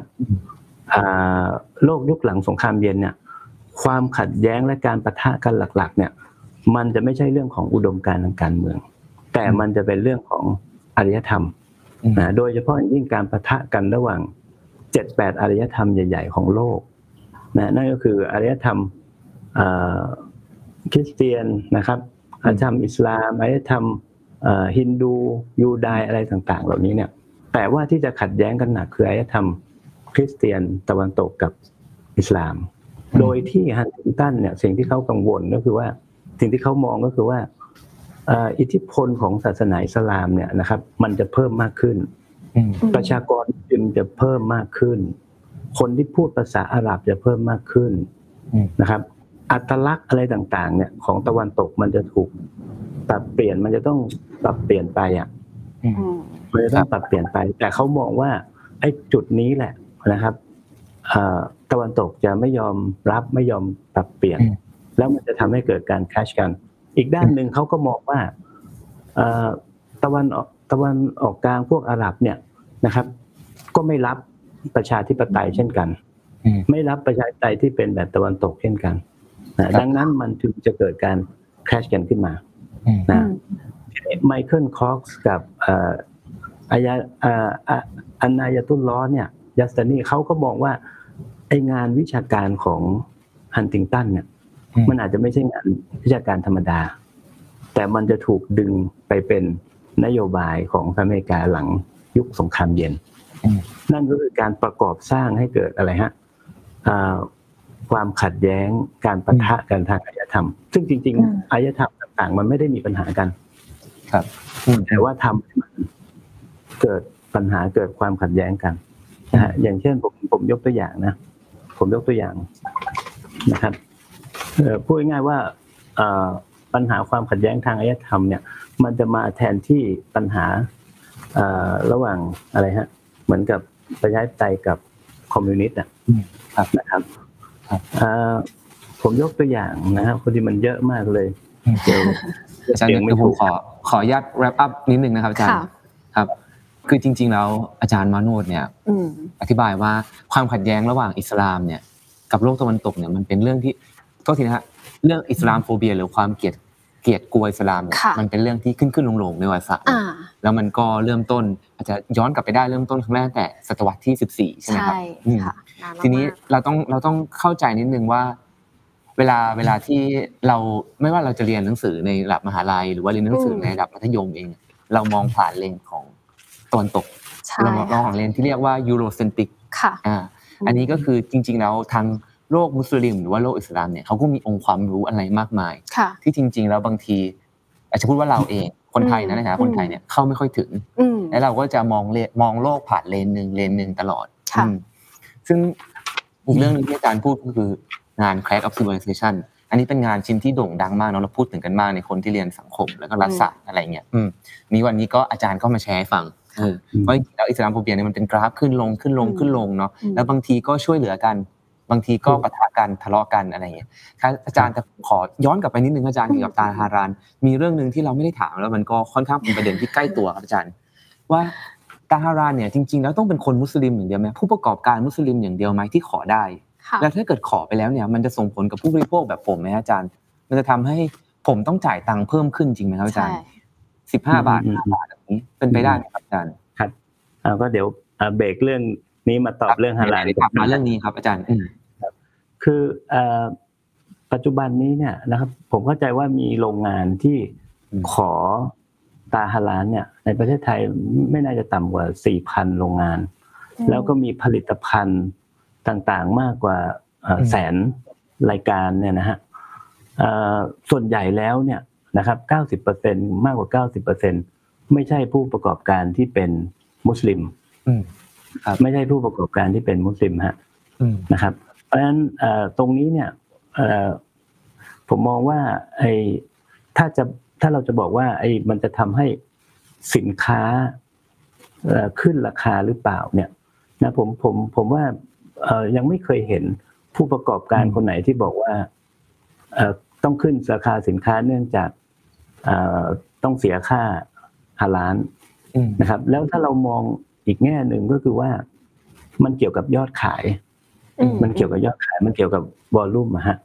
โลกยุคหลังสงครามเย็นเนี่ยความขัดแย้งและการปะทะกันหลักๆเนี่ยมันจะไม่ใช่เรื่องของอุดมการณ์ทางการเมืองแต่มันจะเป็นเรื่องของอารยธรรมนะโดยเฉพาะยิ่งการปะทะกันระหว่าง เจ็ดแปด อารยธรรมใหญ่ๆของโลกนะนั่นก็คืออารยธรรมคริสเตียนนะครับอารยธรรมอิสลามอารยธรรมฮินดูยูดายอะไรต่างๆเหล่านี้เนี่ยแต่ว่าที่จะขัดแย้งกันหนักคืออารยธรรมคริสเตียนตะวันตกกับอิสลามโดยที่ฮันติงตันเนี่ยสิ่งที่เขากังวลก็คือว่าสิ่งที่เขามองก็คือว่าอิทธิพลของศาสนาอิสลามเนี่ยนะครับมันจะเพิ่มมากขึ้นประชากรจึงจะเพิ่มมากขึ้นคนที่พูดภาษาอาหรับจะเพิ่มมากขึ้นนะครับอัตลักษณ์อะไรต่างๆเนี่ยของตะวันตกมันจะถูกปรับเปลี่ยนมันจะต้องปรับเปลี่ยนไปอ่ะมันจะต้องปรับเปลี่ยนไปแต่เขามองว่าไอ้จุดนี้แหละนะครับตะวันตกจะไม่ยอมรับไม่ยอมปรับเปลี่ยนแล้วมันจะทำให้เกิดการคลาชกันอีกด้านหนึ่งเขาก็มองว่าตะวันออกตะวันออกกลางพวกอาหรับเนี่ยนะครับก็ไม่รับประชาธิปไตยเช่นกันไม่รับประชาธิปไตยที่เป็นแบบตะวันตกเช่นกันดังนั้นมันถึงจะเกิดการคลาชกันขึ้นมานะไมเคิลคอกซ์กับอายาอันนายาตุลล้อเนี่ยยัสตานีเขาก็มองว่าไองานวิชาการของฮันติงตันเนี่ยมันอาจจะไม่ใช่งานวิชาการธรรมดาแต่มันจะถูกดึงไปเป็นนโยบายของอเมริกาหลังยุคสงครามเย็นนั่นก็คือการประกอบสร้างให้เกิดอะไรฮะความขัดแย้งการปะทะกันทางอารยธรรมซึ่งจริงๆอารยธรรมต่างๆมันไม่ได้มีปัญหากันครับแต่ว่าทำให้มันเกิดปัญหาเกิดความขัดแย้งกันนะฮะอย่างเช่นผมผมยกตัวอย่างนะผมยกตัวอย่างนะครับพูดง่ายๆว่าปัญหาความขัดแย้งทางอารยธรรมเนี่ยมันจะมาแทนที่ปัญหาระหว่างอะไรฮะเหมือนกับประชาธิปไตยกับคอมมิวนิสต์อ่ะนะครับผมยกตัวอย่างนะครับพอดีมันเยอะมากเลยเดี๋ยวอาจารย์เดี๋ยวผมขอขออนุญาต wrap up นิดนึงนะครับอาจารย์ครับคือจริงๆแล้วอาจารย์มาโนดเนี่ยอธิบายว่าความขัดแย้งระหว่างอิสลามเนี่ยกับโลกตะวันตกเนี่ยมันเป็นเรื่องที่โทษทีนะฮะเรื่องอิสลามโฟเบียหรือความเกลียดเกลียดกลัวอิสลามเนี่ยมันเป็นเรื่องที่ขึ้นๆลงๆในประวัติศาสตร์แล้วมันก็เริ่มต้นอาจจะย้อนกลับไปได้เริ่มต้นครั้งแรกแต่ศตวรรษที่สิบสี่ใช่มั้ยครับทีนี้เราต้องเราต้องเข้าใจนิดนึงว่าเวลาเวลาที่เราไม่ว่าเราจะเรียนหนังสือในระดับมหาลัยหรือว่าเรียนหนังสือในระดับมัธยมเองเรามองผ่านเลนส์ของตะวันตกเรามองผ่านเลนส์ที่เรียกว่ายูโรเซนทริกอ่าอันนี้ก็คือจริงๆแล้วทางโลกมุสลิมหรือว่าโลกอิสลามเนี่ยเขาก็มีองค์ความรู้อะไรมากมายที่จริงๆแล้วบางทีอาจจะพูดว่าเราเองคนไทยนะนะคนไทยเนี่ยเข้าไม่ค่อยถึงแล้วเราก็จะมองมองโลกผ่านเลนนึงเลนนึงตลอดซึ่งอีกเรื่องนึงที่อาจารย์พูดก็คืองาน Crash of Civilization อันนี้เป็นงานชิ้นที่โด่งดังมากเนาะเราพูดถึงกันมากในคนที่เรียนสังคมแล้วก็รัฐศาสตร์อะไรเงี้ยนี้วันนี้ก็อาจารย์ก็มาแชร์ให้ฟังเออว่าแล้วอิสลามโฟเบียเนี่ยมันเป็นกราฟขึ้นลงขึ้นลงขึ้นลงเนาะแล้วบางทีก็ช่วยเหลือกันบางทีก็ปะทะกันทะเลาะกันอะไรอย่างเงี้ยอาจารย์จะขอย้อนกลับไปนิดนึงอาจารย์เกี่ยวกับตาฮารานมีเรื่องนึงที่เราไม่ได้ถามแล้วมันก็ค่อนข้างเป็นประเด็นที่ใกล้ตัวครับอาจารย์ว่าตาฮารานเนี่ยจริงๆแล้วต้องเป็นคนมุสลิมอย่างเดียวมั้ยผู้ประกอบการมุสลิมอย่างเดียวมั้ยที่ขอได้แล้วถ้าเกิดขอไปแล้วเนี่ยมันจะส่งผลกับผู้บริโภคแบบผมมั้ยอาจารย์มันจะทำให้ผมต้องจ่ายตังค์เพิ่มขึ้นจริงมั้ยครับอาจารย์สิบห้าบาทห้าบาทแบบนี้เป็นไปได้มั้ยครับอาจารย์ครับอ่าก็เดี๋ยวเบรกเรื่องนี้มาตอบเรื่องฮาลาลกลับมาเรื่องนี้ครับอาจารย์คือปัจจุบันนี้เนี่ยนะครับผมเข้าใจว่ามีโรงงานที่ขอตาฮาลาลเนี่ยในประเทศไทยไม่น่าจะต่ำกว่า สี่พัน โรงงานแล้วก็มีผลิตภัณฑ์ต่างๆมากกว่าแสนรายการเนี่ยนะฮะส่วนใหญ่แล้วเนี่ยนะครับ เก้าสิบเปอร์เซ็นต์ มากกว่า เก้าสิบเปอร์เซ็นต์ ไม่ใช่ผู้ประกอบการที่เป็นมุสลิมไม่ใช่ผู้ประกอบการที่เป็นมุสลิมฮะนะครับเพราะฉะนั้นตรงนี้เนี่ยผมมองว่าไอ้ถ้าจะถ้าเราจะบอกว่าไอ้มันจะทำให้สินค้าขึ้นราคาหรือเปล่าเนี่ยนะผมผมผมว่ายังไม่เคยเห็นผู้ประกอบการคนไหนที่บอกว่าต้องขึ้นราคาสินค้าเนื่องจากต้องเสียค่าฮาลาลนะครับแล้วถ้าเรามองอีกแง่หนึ่งก็คือว่ามันเกี่ยวกับยอดขายมันเกี่ยวกับยอดขายมันเกี่ยวกับวอลลุ่มอะฮะ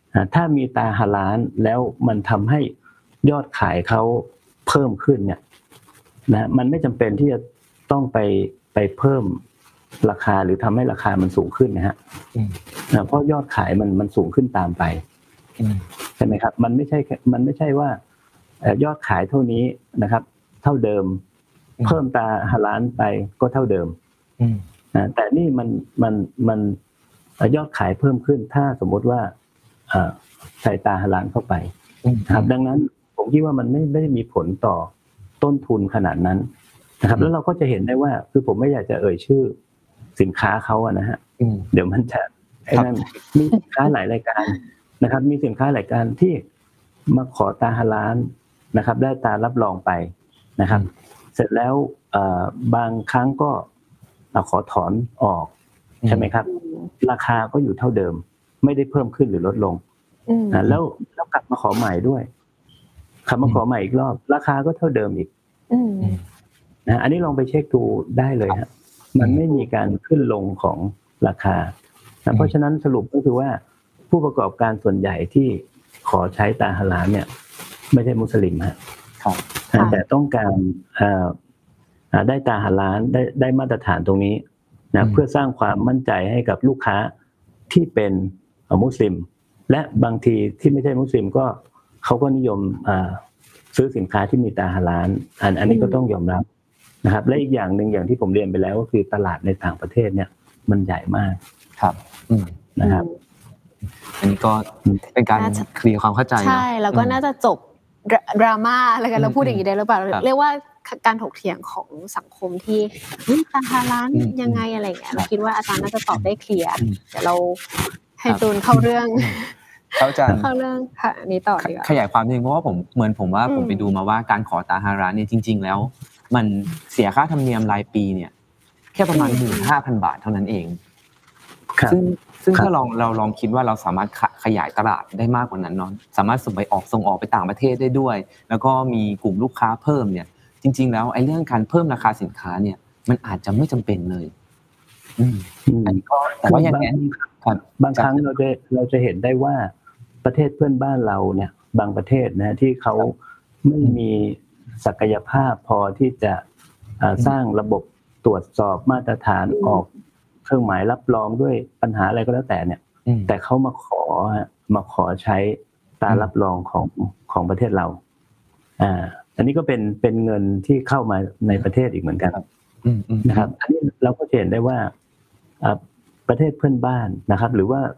ถ้ามีตาฮาลาลแล้วมันทำให้ยอดขายเขาเพิ่มขึ้นเนี่ยนะมันไม่จำเป็นที่จะต้องไปไปเพิ่มราคาหรือทำให้ราคามันสูงขึ้นนะฮะนะเพราะยอดขายมันมันสูงขึ้นตามไปใช่ไหมครับมันไม่ใช่มันไม่ใช่ว่ายอดขายเท่านี้นะครับเท่าเดิมเพิ่มตาฮาลาลไปก็เท่าเดิมนะแต่นี่มันมันมันยอดขายเพิ่มขึ้นถ้าสมมติว่าใส่ตาฮาลาลเข้าไปครับดังนั้นผมคิดว่ามันไม่ไม่ได้มีผลต่อต้นทุนขนาดนั้นนะครับแล้วเราก็จะเห็นได้ว่าคือผมไม่อยากจะเอ่ยชื่อสินค้าเขาอะนะฮะเดี๋ยวมันจะไอ้นั่นมีสินค้าหลายรายการนะครับมีสินค้าหลายรายการที่มาขอตาฮาลาลนะครับได้ตารับรองไปนะครับเสร็จแล้วบางครั้งก็ขอถอนออกใช่ไหมครับราคาก็อยู่เท่าเดิมไม่ได้เพิ่มขึ้นหรือลดลงนะแล้วแล้วกลับมาขอใหม่ด้วยกลับมาขอใหม่อีกรอบราคาก็เท่าเดิมอีกนะอันนี้ลองไปเช็คดูได้เลยฮะมันไม่มีการขึ้นลงของราคานะเพราะฉะนั้นสรุปก็คือว่าผู้ประกอบการส่วนใหญ่ที่ขอใช้ตาฮาลาลเนี่ยไม่ใช่มุสลิมฮะแต่ต้องการได้ตาฮาลาลได้ได้มาตรฐานตรงนี้นะเพื่อสร้างความมั่นใจให้กับลูกค้าที่เป็นมุสลิมและบางทีที่ไม่ใช่มุสลิมก็เขาก็นิยมซื้อสินค้าที่มีตาฮาลาลอันอันนี้ก็ต้องยอมรับนะครับและอีกอย่างหนึ่งอย่างที่ผมเรียนไปแล้วก็คือตลาดในต่างประเทศเนี่ยมันใหญ่มากครับนะครับอันนี้ก็เป็นการเคลียร์ความเข้าใจใช่แล้วก็น่าจะจบดราม่าอะไรกันเราพูดอย่างนี้ได้หรือเปล่าเรียกว่าการถกเถียงของสังคมที่ตาฮาลาลยังไงอะไรอย่างเงี้ยเราคิดว่าอาจารย์น่าจะตอบได้เคลียร์เดี๋ยวเราให้ตูนเข้าเรื่องเข้าใจเข้าเรื่องค่ะนี้ต่อดีกว่าขยายความนิดนึงเพราะว่าผมเหมือนผมว่าผมไปดูมาว่าการขอตาฮาลาลเนี่ยจริงๆแล้วมันเสียค่าธรรมเนียมรายปีเนี่ยแค่ประมาณ หนึ่งหมื่นห้าพัน บาทเท่านั้นเองซึ่งซึ่งถ้าลองเราลองคิดว่าเราสามารถขยายตลาดได้มากกว่านั้นเนาะสามารถส่งไปออกส่งออกไปต่างประเทศได้ด้วยแล้วก็มีกลุ่มลูกค้าเพิ่มเนี่ยจริงๆแล้วไอ้เรื่องการเพิ่มราคาสินค้าเนี่ยมันอาจจะไม่จำเป็นเลยอืมอันนี้ก็แต่ว่าอย่างนั้นครับบางครั้งเราจะเราจะเห็นได้ว่าประเทศเพื่อนบ้านเราเนี่ยบางประเทศนะที่เขาไม่มีศักยภาพพอที่จะสร้างระบบตรวจสอบมาตรฐานออกเครื่องหมายรับรองด้วยปัญหาอะไรก็แล้วแต่เนี่ยแต่เขามาขอมาขอใช้ตารับรองของของประเทศเราอ่าอันนี้ก็เป็นเป็นเงินที่เข้ามาในประเทศอีกเหมือนกันนะครับอันนี้เราก็เห็นได้ว่าประเทศเพื่อนบ้านนะครับหรือว่า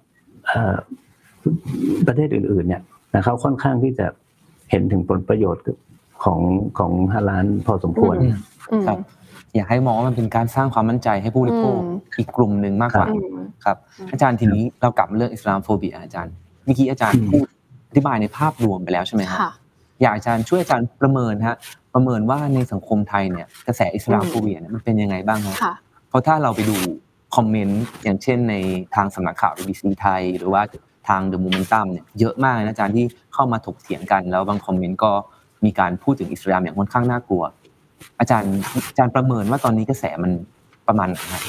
ประเทศอื่นๆเนี่ยนะเขาค่อนข้างที่จะเห็นถึงผลประโยชน์ของของฮาลาลพอสมควรครับอยากให้มองว่ามันเป็นการสร้างความมั่นใจให้ผู้บริโภคอีกกลุ่มนึงมากกว่าครับอาจารย์ทีนี้เรากลับมาเรื่องอิสลามโฟเบียอาจารย์เมื่อกี้อาจารย์พูดอธิบายในภาพรวมไปแล้วใช่ไหมครับอยากอาจารย์ช่วยอาจารย์ประเมินฮะประเมินว่าในสังคมไทยเนี่ยกระแสอิสลามโฟเบียเนี่ยมันเป็นยังไงบ้างครับเพราะถ้าเราไปดูคอมเมนต์อย่างเช่นในทางสำนักข่าว บี บี ซี ไทยหรือว่าทาง The Momentum เนี่ยเยอะมากนะอาจารย์ที่เข้ามาถกเถียงกันแล้วบางคอมเมนต์ก็มีการพูดถึงอิสลามอย่างค่อนข้างน่ากลัวอาจารย์อาจารย์ประเมินว่าตอนนี้กระแสมันประมาณไหนครับ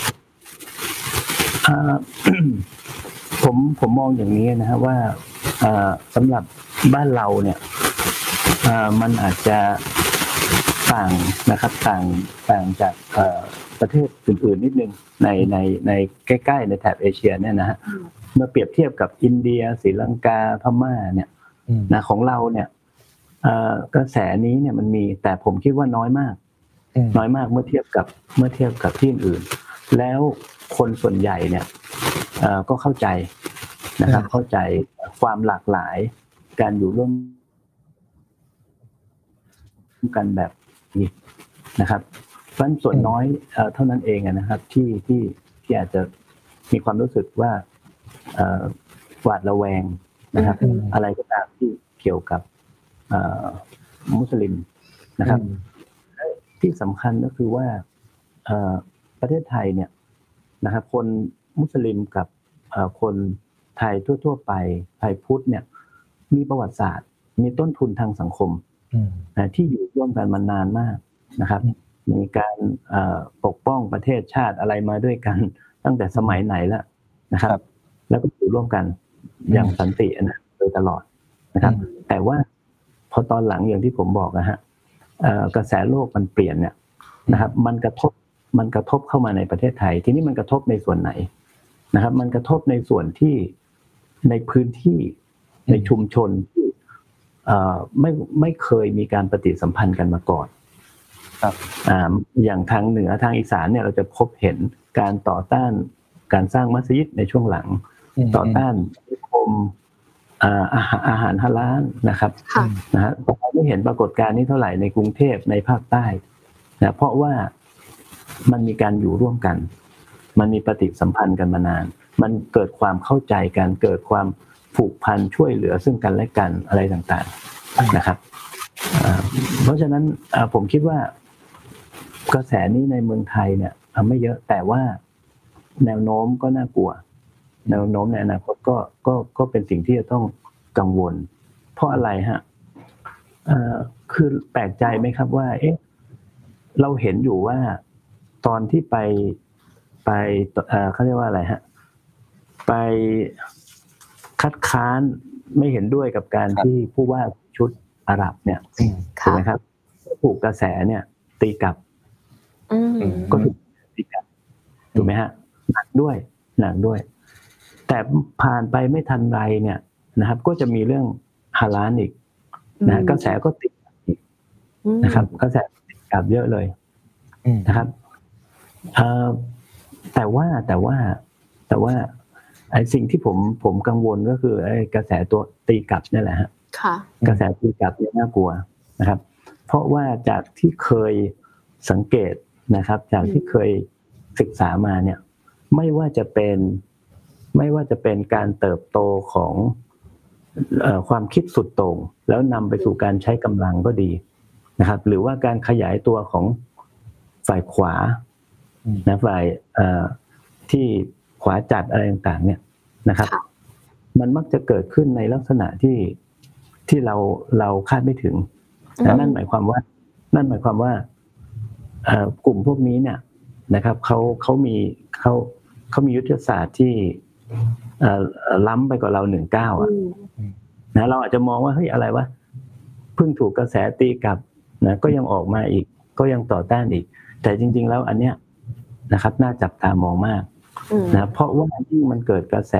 ผมผมมองอย่างนี้นะฮะว่าสำหรับบ้านเราเนี่ยมันอาจจะต่างนะครับต่างต่างจากประเทศอื่นๆนิดนึงในในในใกล้ๆในแถบเอเชียเนี่ยนะฮะเมื่อเปรียบเทียบกับอินเดียศรีลังกาพม่าเนี่ยนะของเราเนี่ยกระแสนี้เนี่ยมันมีแต่ผมคิดว่าน้อยมากน้อยมากเมื่อเทียบกับเมื่อเทียบกับที่อื่นแล้วคนส่วนใหญ่เนี่ยก็เข้าใจนะครับเข้าใจความหลากหลายการอยู่ร่วมกันแบบนี้นะครับเพราะส่วนน้อยเท่านั้นเองนะครับที่ที่ที่อาจจะมีความรู้สึกว่าหวาดระแวงนะครับอะไรก็ตามที่เกี่ยวกับมุสลิมนะครับที่สำคัญก็คือว่าประเทศไทยเนี่ยนะครับคนมุสลิมกับคนไทยทั่วๆไปไทยพุทธเนี่ยมีประวัติศาสตร์มีต้นทุนทางสังคมนะที่อยู่ร่วมกันมานานมากนะครับมีการปกป้องประเทศชาติอะไรมาด้วยกันตั้งแต่สมัยไหนแล้วนะครับแล้วก็อยู่ร่วมกันอย่างสันตินะโดดยตลอดนะครับแต่ว่าพอตอนหลังอย่างที่ผมบอกนะฮะกระแสโลกมันเปลี่ยนเนี่ยนะครับมันกระทบมันกระทบเข้ามาในประเทศไทยทีนี้มันกระทบในส่วนไหนนะครับมันกระทบในส่วนที่ในพื้นที่ในชุมชนที่ไม่ไม่เคยมีการปฏิสัมพันธ์กันมาก่อนครับอ่าอย่างทางเหนือทางอีสานเนี่ยเราจะพบเห็นการต่อต้านการสร้างมัสยิดในช่วงหลังต่อต้านนิคมอาหารอาหารฮาลาลนะครับนะฮะเราไม่เห็นปรากฏการณ์นี้เท่าไหร่ในกรุงเทพในภาคใต้นะเพราะว่ามันมีการอยู่ร่วมกันมันมีปฏิสัมพันธ์กันมานานมันเกิดความเข้าใจกันเกิดความผูกพันช่วยเหลือซึ่งกันและกันอะไรต่างๆนะครับเพราะฉะนั้นผมคิดว่ากระแสนี้ในเมืองไทยเนี่ยไม่เยอะแต่ว่าแนวโน้มก็น่ากลัวแนวโน้มในอนาคตก็ก็ก็เป็นสิ่งที่จะต้องกังวลเพราะอะไรฮะคือแปลกใจไหมครับว่าเอ๊ะเราเห็นอยู่ว่าตอนที่ไปไปเขาเรียกว่าอะไรฮะไปคัดค้านไม่เห็นด้วยกับการที่ผู้ว่าชุดอาหรับเนี่ยถูกไหมครับถูกกระแสเนี่ยตีกลับก็ถูกตีกลับถูกไหมฮะหนักด้วยหนักด้วยแต่ผ่านไปไม่ทันไรเนี่ยนะครับก็จะมีเรื่องฮาลาลอีกนะกระแสก็ติดอีกนะครับกระแสติดกลับเยอะเลยนะครับแต่ว่าแต่ว่าแต่ว่าไอ้สิ่งที่ผมผมกังวลก็คือไอ้กระแสตัวตีกลับนี่แหละฮะกระแสตีกลับเนี่ยน่ากลัวนะครับเพราะว่าจากที่เคยสังเกตนะครับจากที่เคยศึกษามาเนี่ยไม่ว่าจะเป็นไม่ว่าจะเป็นการเติบโตของเอ่อความคิดสุดโต่งแล้วนำไปสู่การใช้กำลังก็ดีนะครับหรือว่าการขยายตัวของฝ่ายขวานะฝ่ายเอ่อที่ขวาจัดอะไรต่างๆเนี่ยนะครับมันมักจะเกิดขึ้นในลักษณะที่ที่เราเราคาดไม่ถึงนั่นหมายความว่านั่นหมายความว่ากลุ่มพวกนี้เนี่ยนะครับเขาเขามีเขาเขามียุทธศาสตร์ที่ล้ำไปกว่าเราหนึ่งเก้าอ่ะนะเราอาจจะมองว่าเฮ้ยอะไรวะเพิ่งถูกกระแสตีกลับนะก็ยังออกมาอีกก็ยังต่อต้านอีกแต่จริงๆแล้วอันเนี้ยนะครับน่าจับตามองมากนะเพราะว่ายิ่งมันเกิดกระแส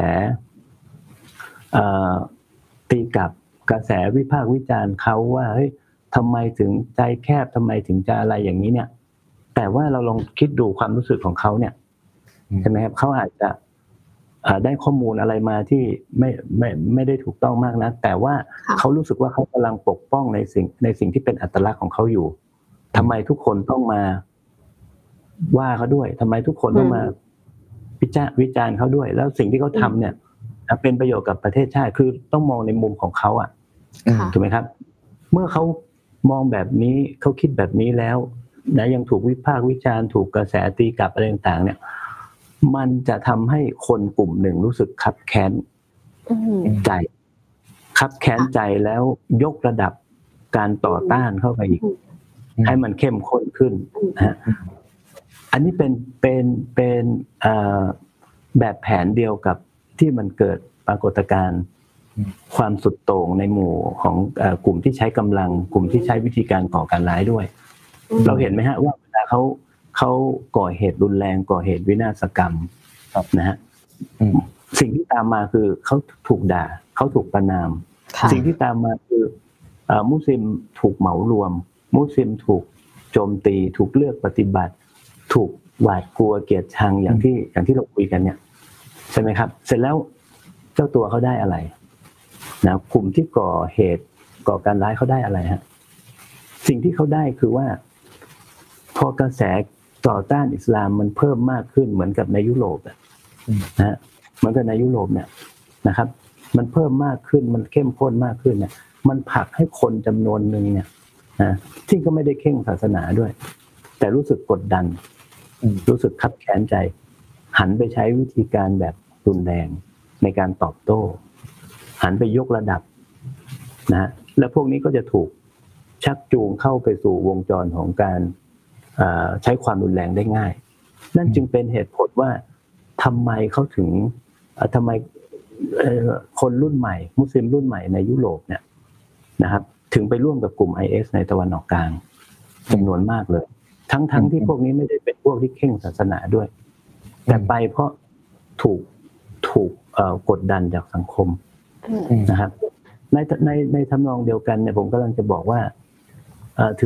ตีกลับกระแสวิพากษ์วิจารณ์เขาว่าเฮ้ยทำไมถึงใจแคบทำไมถึงจะอะไรอย่างนี้เนี่ยแต่ว่าเราลองคิดดูความรู้สึกของเขาเนี่ยใช่ไหมครับเขาอาจจะได้ข้อมูลอะไรมาที่ไม่ไม่ไม่ได้ถูกต้องมากนะแต่ว่าเขารู้สึกว่าเขากำลังปกป้องในสิ่งในสิ่งที่เป็นอัตลักษณ์ของเขาอยู่ทำไมทุกคนต้องมาว่าเขาด้วยทำไมทุกคนต้องมาวิจารณ์วิจารณ์เขาด้วยแล้วสิ่งที่เขาทำเนี่ยเป็นประโยชน์กับประเทศชาติคือต้องมองในมุมของเขาอ่ะถูกไหมครับเมื่อเขามองแบบนี้เขาคิดแบบนี้แล้วนะยังถูกวิพากษ์วิจารณ์ถูกกระแสตีกลับอะไรต่างๆเนี่ยมันจะทำให้คนกลุ่มหนึ่งรู้สึกคับแค้นใจคับแค้นใจแล้วยกระดับการต่อต้านเข้าไปอีกให้มันเข้มข้นขึ้นนะฮะอันนี้เป็นเป็นเป็นแบบแผนเดียวกับที่มันเกิดปรากฏการณ์ความสุดโต่งในหมู่ของกลุ่มที่ใช้กำลังกลุ่มที่ใช้วิธีการก่อการร้ายด้วยเราเห็นไหมฮะว่าเวลาเขาเขาก่อเหตุรุนแรงก่อเหตุวินาศกรรมนะฮะสิ่งที่ตามมาคือเขาถูกด่าเขาถูกประณามสิ่งที่ตามมาคือมุสลิมถูกเหมารวมมุสลิมถูกโจมตีถูกเลือกปฏิบัติถูกหวาดกลัวเกลียดชังอย่างที่อย่างที่เราคุยกันเนี่ยใช่ไหมครับเสร็จแล้วเจ้าตัวเขาได้อะไรนะกลุ่มที่ก่อเหตุก่อการร้ายเขาได้อะไรฮะสิ่งที่เขาได้คือว่าพอกระแสต่อต้านอิสลามมันเพิ่มมากขึ้นเหมือนกับในยุโรปนะฮะเหมือนกับในยุโรปเนี่ยนะครับมันเพิ่มมากขึ้นมันเข้มข้นมากขึ้นเนี่ยมันผลักให้คนจำนวนนึงเนี่ยนะที่ก็ไม่ได้เข่งศาสนาด้วยแต่รู้สึกกดดันรู้สึกคับแค้นใจหันไปใช้วิธีการแบบรุนแรงในการตอบโต้หันไปยกระดับนะและพวกนี้ก็จะถูกชักจูงเข้าไปสู่วงจรของการใช้ความรุนแรงได้ง่ายนั่นจึงเป็นเหตุผลว่าทำไมเขาถึงทำไมคนรุ่นใหม่มุสลิมรุ่นใหม่ในยุโรปเนี่ยนะครับถึงไปร่วมกับกลุ่ม ไอ เอส ในตะวันออกกลางจำนวนมากเลยทั้งๆที่พวกนี้ไม่ได้เป็นพวกที่เข่งศาสนาด้วยแต่ไปเพราะถูกถูกกดดันจากสังคมนะครับในในในทำนองเดียวกันเนี่ยผมกำลังจะบอกว่าถึง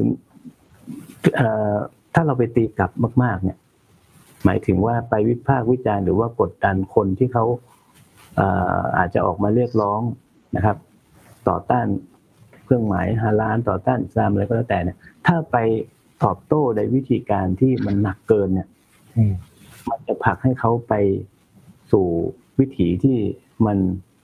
ถ้าเราไปตีกลับมากๆเนี่ยหมายถึงว่าไปวิพากษ์วิจารณ์หรือว่ากดดันคนที่เขาอาจจะออกมาเรียกร้องนะครับต่อต้านเครื่องหมายฮาลาลต่อต้านอิสลามอะไรก็แล้วแต่เนี่ยถ้าไปตอบโต้ในวิธีการที่มันหนักเกินเนี่ยมันจะผลักให้เขาไปสู่วิถีที่มัน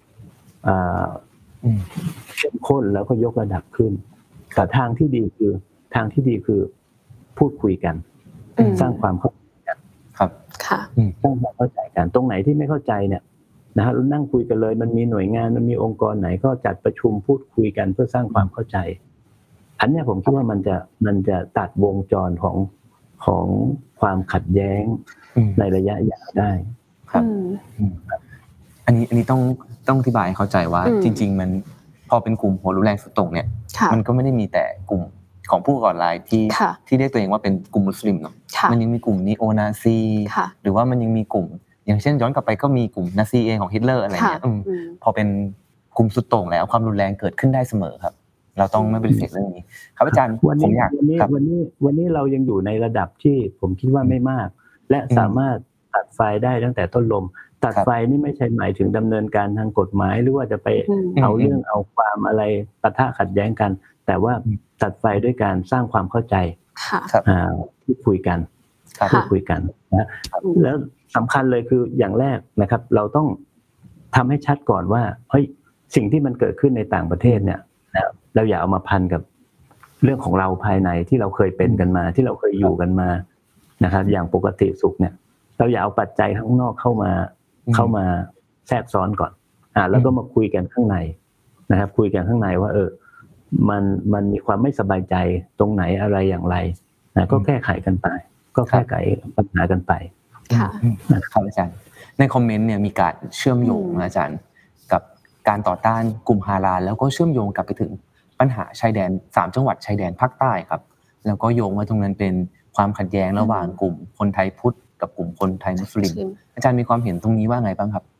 เข้มข้นแล้วก็ยกระดับขึ้นแต่ทางที่ดีคือทางที่ดีคือพูดคุยกันสร้างความเข้าใจกันครับค่ะสร้างความเข้าใจกันตรงไหนที่ไม่เข้าใจเนี่ยนะฮะเรานั่งคุยกันเลยมันมีหน่วยงานมันมีองค์กรไหนก็จัดประชุมพูดคุยกันเพื่อสร้างความเข้าใจอันนี้ผมคิดว่ามันจะมันจะตัดวงจรของของความขัดแย้งในระยะยาวได้ครับอันนี้อันนี้ต้องต้องอธิบายให้เข้าใจว่าจริงๆมันพอเป็นกลุ่มหัวรุนแรงสุดโต่งเนี่ยมันก็ไม่ได้มีแต่กลุ่มของผู้ก่อการร้ายที่ที่เรียกตัวเองว่าเป็นกลุ่มมุสลิมเนาะมันยังมีกลุ่มนีโอนาซีหรือว่ามันยังมีกลุ่มอย่างเช่นย้อนกลับไปก็มีกลุ่มนาซีเองของฮิตเลอร์อะไรเงี้ยพอเป็นกลุ่มสุดโต่งแล้วความรุนแรงเกิดขึ้นได้เสมอครับเราต้องไม่ปฏิเสธเรื่องนี้ครับอาจารย์ผมอยากวันนี้วันนี้วันนี้เรายังอยู่ในระดับที่ผมคิดว่าไม่มากและสามารถตัดไฟได้ตั้งแต่ต้นลมตัดไฟนี่ไม่ใช่หมายถึงดำเนินการทางกฎหมายหรือว่าจะไปเอาเรื่องเอาความอะไรปะทะขัดแย้งกันแต่ว่าตัดไฟด้วยการสร้างความเข้าใจพูดคุยกันพูดคุยกันนะแล้วสำคัญเลยคืออย่างแรกนะครับเราต้องทำให้ชัดก่อนว่าเฮ้ยสิ่งที่มันเกิดขึ้นในต่างประเทศเนี่ยเราอย่าเอามาพันกับเรื่องของเราภายในที่เราเคยเป็นกันมาที่เราเคยอยู่กันมานะครับอย่างปกติสุขเนี่ยเราอย่าเอาปัจจัยข้างนอกเข้ามาเข้ามาแทรกซ้อนก่อนอ่าแล้วก็มาคุยกันข้างในนะครับคุยกันข้างในว่าเออมันมันมีความไม่สบายใจตรงไหนอะไรอย่างไรนะก็แก้ไขกันไปก็แก้ไขปัญหากันไปค่ะครับอาจารย์ในคอมเมนต์เนี่ยมีการเชื่อมโยงอาจารย์กับการต่อต้านกลุ่มฮาลาลแล้วก็เชื่อมโยงกลับไปถึงปัญหาชายแดนสามจังหวัดชายแดนภาคใต้ครับแล้วก็โยงว่าตรงนั้นเป็นความขัดแย้งระหว่างกลุ่มคนไทยพุทธกับกลุ่มคนไทยมุสลิมอาจารย์มีความเห็นตรงนี้ว่าไงบ้างครับ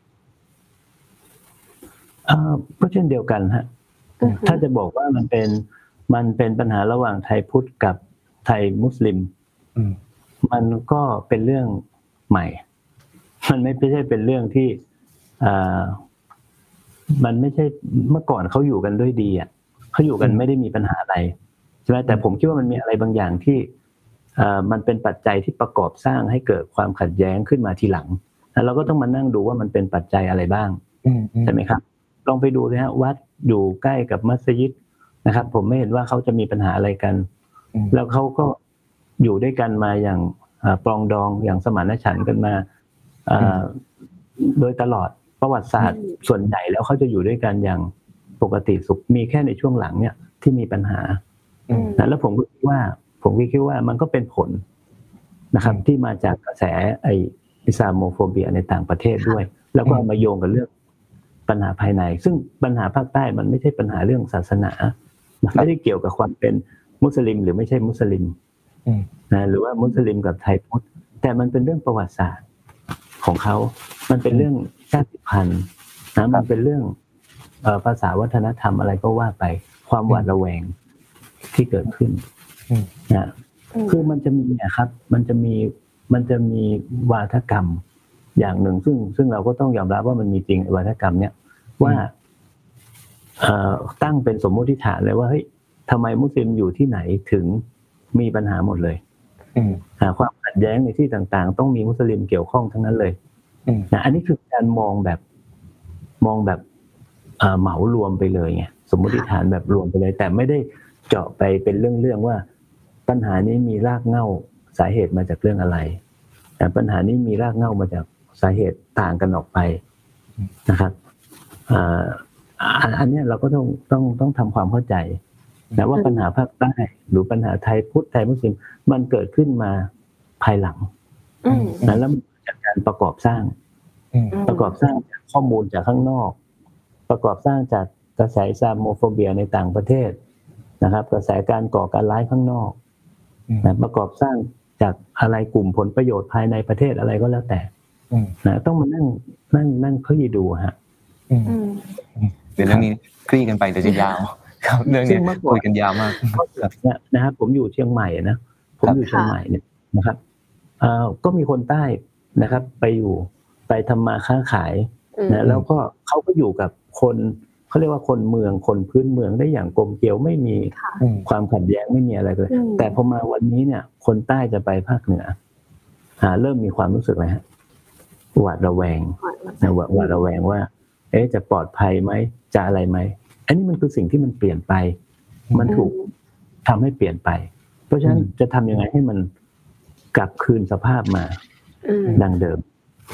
เอ่อก็เช่นเดียวกันฮะถ้าจะบอกว่ามันเป็นมันเป็นปัญหาระหว่างไทยพุทธกับไทยมุสลิมมันก็เป็นเรื่องใหม่มันไม่ใช่เป็นเรื่องที่อ่ามันไม่ใช่เมื่อก่อนเขาอยู่กันด้วยดีอ่ะเขาอยู่กันไม่ได้มีปัญหาอะไรใช่ไหมแต่ผมคิดว่ามันมีอะไรบางอย่างที่อ่ามันเป็นปัจจัยที่ประกอบสร้างให้เกิดความขัดแย้งขึ้นมาทีหลังแล้วเราก็ต้องมานั่งดูว่ามันเป็นปัจจัยอะไรบ้างใช่ไหมครับลองไปดูนะฮะวัดอยู่ใกล้กับมัสยิดนะครับผมไม่เห็นว่าเขาจะมีปัญหาอะไรกันแล้วเขาก็อยู่ด้วยกันมาอย่างปรองดองอย่างสมานฉันท์กันมาโดยตลอดประวัติศาสตร์ส่วนใหญ่แล้วเขาจะอยู่ด้วยกันอย่างปกติสุขมีแค่ในช่วงหลังเนี่ยที่มีปัญหานะแล้วผมก็คิดว่าผมก็คิดว่ามันก็เป็นผลนะครับที่มาจากกระแสไออิสลามโฟเบียในต่างประเทศด้วยแล้วก็มาโยงกับเรื่องปัญหาภายในซึ่งปัญหาภาคใต้มันไม่ใช่ปัญหาเรื่องศาสนาไม่ได้เกี่ยวกับความเป็นมุสลิมหรือไม่ใช่มุสลิมนะหรือว่ามุสลิมกับไทยพุทธแต่มันเป็นเรื่องประวัติศาสตร์ของเขามันเป็นเรื่องชาติพันธุ์นะมันเป็นเรื่องภาษาวัฒนธรรมอะไรก็ว่าไปความหวาดระแวงที่เกิดขึ้นนะคือมันจะมีนะครับมันจะมีมันจะมีวาทกรรมอย่างหนึ่งซึ่งซึ่งเราก็ต้องยอมรับว่ามันมีจริงวาทกรรมเนี่ยว่าตั้งเป็นสมมติฐานเลยว่าเฮ้ยทำไมมุสลิมอยู่ที่ไหนถึงมีปัญหาหมดเลยหาความขัดแย้งในที่ต่างๆต้องมีมุสลิมเกี่ยวข้องทั้งนั้นเลยนะอันนี้คือการมองแบบมองแบบเหมารวมไปเลยไงสมมติฐานแบบรวมไปเลยแต่ไม่ได้เจาะไปเป็นเรื่องๆว่าปัญหานี้มีรากเหง้าสาเหตุมาจากเรื่องอะไรแต่ปัญหานี้มีรากเหง้ามาจากสาเหตุต่างกันออกไปนะครับอันนี้เราก็ต้องต้องต้องทำความเข้าใจนะว่าปัญหาภาคใต้หรือปัญหาไทยพุทธไทยมุสลิมมันเกิดขึ้นมาภายหลังนะแล้วจากการประกอบสร้างประกอบสร้างจากข้อมูลจากข้างนอกประกอบสร้างจากกระแสอิสลามโมโฟเบียในต่างประเทศนะครับกระแสการก่อการร้ายข้างนอกนะประกอบสร้างจากอะไรกลุ่มผลประโยชน์ภายในประเทศอะไรก็แล้วแต่นะต้องมานั่งนั่งนั่งคลี่ดูฮะเดี๋ยวเรื่องนี้คลี่กันไปเดี๋ยวจะยาวครับเรื่องนี้คุยกันยาวมากนะครับผมอยู่เชียงใหม่นะผมอยู่เชียงใหม่เนี่ยนะครับเอ่อก็มีคนใต้นะครับไปอยู่ไปทำมาค้าขายนะแล้วก็เขาก็อยู่กับคนเขาเรียกว่าคนเมืองคนพื้นเมืองได้อย่างกลมเกลียวไม่มีความขัดแย้งไม่มีอะไรเลยแต่พอมาวันนี้เนี่ยคนใต้จะไปภาคเหนือหาเริ่มมีความรู้สึกอะไรฮะหวาดระแวงนะหวาดระแวงว่าเอ๊ะจะปลอดภัยไหมจะอะไรไหมอันนี้มันคือสิ่งที่มันเปลี่ยนไปมันถูกทำให้เปลี่ยนไปเพราะฉะนั้นจะทำยังไงให้มันกลับคืนสภาพมาดังเดิม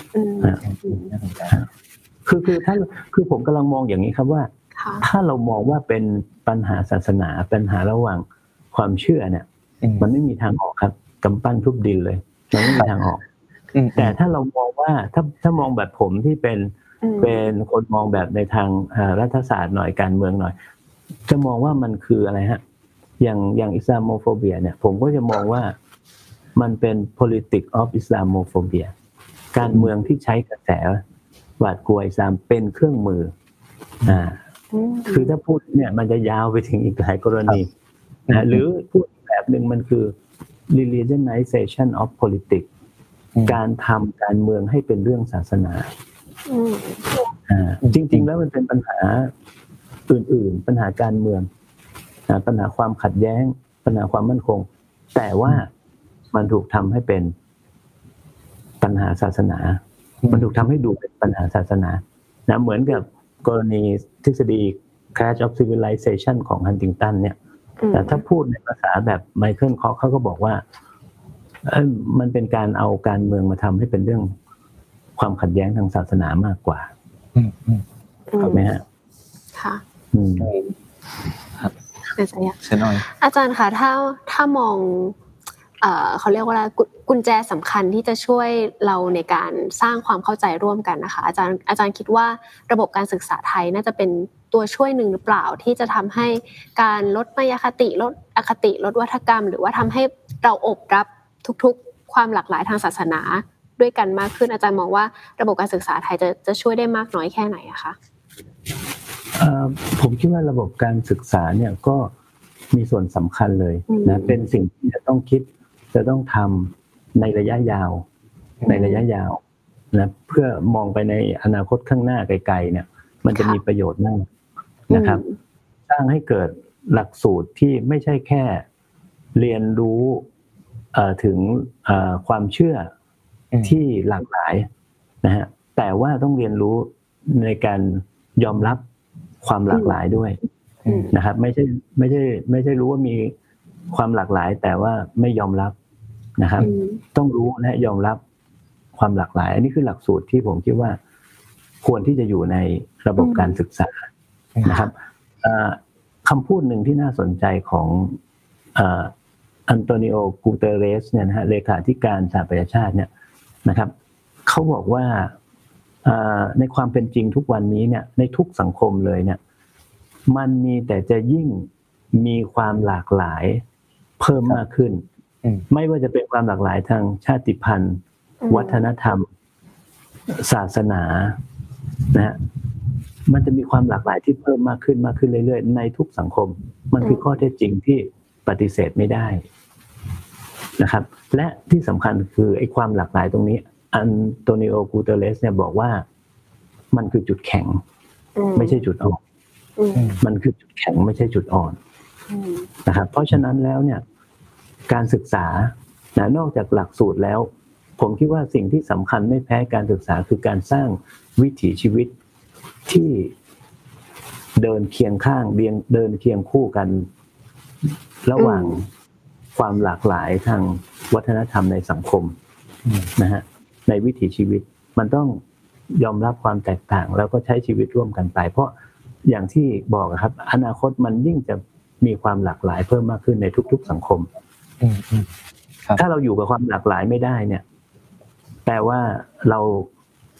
คือคือถ้าคือผมกำลังมองอย่างนี้ครับว่าถ้าเรามองว่าเป็นปัญหาศาสนาปัญหาระหว่างความเชื่อเนี่ยมันไม่มีทางออกครับกำปั้นทุบดินเลยมันไม่มีทางออกแต่ถ้าเรามองว่าถ้าถ้ามองแบบผมที่เป็นเป็นคนมองแบบในทางรัฐศาสตร์หน่อยการเมืองหน่อยจะมองว่ามันคืออะไรฮะอย่างอย่างอิสลามโมโฟเบียเนี่ยผมก็จะมองว่ามันเป็น politics of Islamophobia การเมืองที่ใช้กระแสหวาดกลัวอิสลามเป็นเครื่องมืออ่าคือถ้าพูดเนี่ยมันจะยาวไปถึงอีกหลายกรณีนะหรือพูดแบบนึงมันคือ religionization of politics การทำการเมืองให้เป็นเรื่องศาสนาอ่าจริงๆแล้วมันเป็นปัญหาอื่นๆปัญหาการเมืองปัญหาความขัดแย้งปัญหาความมั่นคงแต่ว่ามันถูกทำให้เป็นปัญหาศาสนามันถูกทำให้ดูเป็นปัญหาศาสนานะเหมือนกับกรณีทฤษฎี Clash of Civilization ของฮันติงตันเนี่ยแต่ถ้าพูดในภาษาแบบไมเคิลคอคเขาก็บอกว่าเอ้ยมันเป็นการเอาการเมืองมาทำให้เป็นเรื่องความขัดแย้งทางศาสนามากกว่าเข้าไหมฮะค่ะอืมครับอาจารย์คะถ้าถ้ามองเอ่อเขาเรียกว่าอะไรกุญแจสำคัญที่จะช่วยเราในการสร้างความเข้าใจร่วมกันนะคะอาจารย์อาจารย์คิดว่าระบบการศึกษาไทยน่าจะเป็นตัวช่วยหนึ่งหรือเปล่าที่จะทำให้การลดมายาคติลดอคติลดวัฒกรรมหรือว่าทำให้เราอบรับทุกๆความหลากหลายทางศาสนาด้วยกันมากขึ้นอาจารย์มองว่าระบบการศึกษาไทยจะจะช่วยได้มากน้อยแค่ไหนอะคะเอ่อผมคิดว่าระบบการศึกษาเนี่ยก็มีส่วนสำคัญเลยนะเป็นสิ่งที่จะต้องคิดจะต้องทำในระยะยาวในระยะยาวนะเพื่อมองไปในอนาคตข้างหน้าไกลๆเนี่ยมันจะมีประโยชน์มากนะครับสร้างให้เกิดหลักสูตรที่ไม่ใช่แค่เรียนรู้ถึงความเชื่อที่หลากหลายนะฮะแต่ว่าต้องเรียนรู้ในการยอมรับความหลากหลายด้วยนะครับไม่ใช่ไม่ใช่ไม่ใช่รู้ว่ามีความหลากหลายแต่ว่าไม่ยอมรับนะครับต้องรู้และยอมรับความหลากหลายอันนี้คือหลักสูตรที่ผมคิดว่าควรที่จะอยู่ในระบบการศึกษานะครับคำพูดหนึ่งที่น่าสนใจของอันโตนิโอ กูเตเรสเนี่ยนะฮะเลขาธิการสหประชาชาติเนี่ยนะครับเขาบอกว่าในความเป็นจริงทุกวันนี้เนี่ยในทุกสังคมเลยเนี่ยมันมีแต่จะยิ่งมีความหลากหลายเพิ่มมากขึ้นไม่ว่าจะเป็นความหลากหลายทางชาติพันธุ์วัฒนธรรมศาสนานะฮะมันจะมีความหลากหลายที่เพิ่มมากขึ้นมากขึ้นเรื่อยๆในทุกสังคมมันคือข้อเท็จจริงที่ปฏิเสธไม่ได้นะครับและที่สำคัญคือไอ้ความหลากหลายตรงนี้อันโตนิโอ กูเตเรสเนี่ยบอกว่ามันคือจุดแข็งไม่ใช่จุดอ่อนมันคือจุดแข็งไม่ใช่จุดอ่อนนะครับเพราะฉะนั้นแล้วเนี่ยการศึกษานะนอกจากหลักสูตรแล้วผมคิดว่าสิ่งที่สำคัญไม่แพ้การศึกษาคือการสร้างวิถีชีวิตที่เดินเคียงข้างเดินเดินเคียงคู่กันระหว่างความหลากหลายทางวัฒนธรรมในสังคมนะฮะในวิถีชีวิตมันต้องยอมรับความแตกต่างแล้วก็ใช้ชีวิตร่วมกันไปเพราะอย่างที่บอกครับอนาคตมันยิ่งจะมีความหลากหลายเพิ่มมากขึ้นในทุกๆสังคมถ้าเราอยู่กับความหลากหลายไม่ได้เนี่ยแปลว่าเรา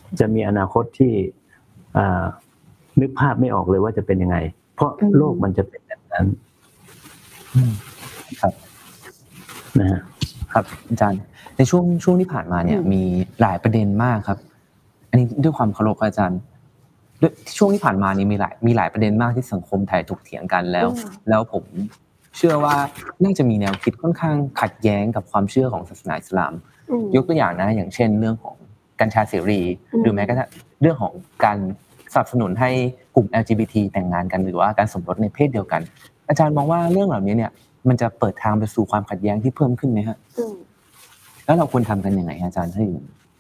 จะมีอนาคตที่นึกภาพไม่ออกเลยว่าจะเป็นยังไงเพราะโลกมันจะเป็นแบบนั้นครับนะฮะครับอาจารย์ในช่วงช่วงที่ผ่านมาเนี่ยมีหลายประเด็นมากครับอันนี้ด้วยความเคารพอาจารย์ด้วยช่วงที่ผ่านมานี้มีหลายมีหลายประเด็นมากที่สังคมไทยถกเถียงกันแล้วแล้วผมเชื่อว่าน่าจะมีแนวคิดค่อนข้างขัดแย้งกับความเชื่อของศาสนาอิสลามยกตัวอย่างนะอย่างเช่นเรื่องของกัญชาเสรีหรือแม้กระทั่งเรื่องของการสนับสนุนให้กลุ่ม แอล จี บี ที แต่งงานกันหรือว่าการสมรสในเพศเดียวกันอาจารย์มองว่าเรื่องเหล่านี้เนี่ยมันจะเปิดทางไปสู่ความขัดแย้งที่เพิ่มขึ้นไหมฮะแล้วเราควรทำกันยังไงอาจารย์ให้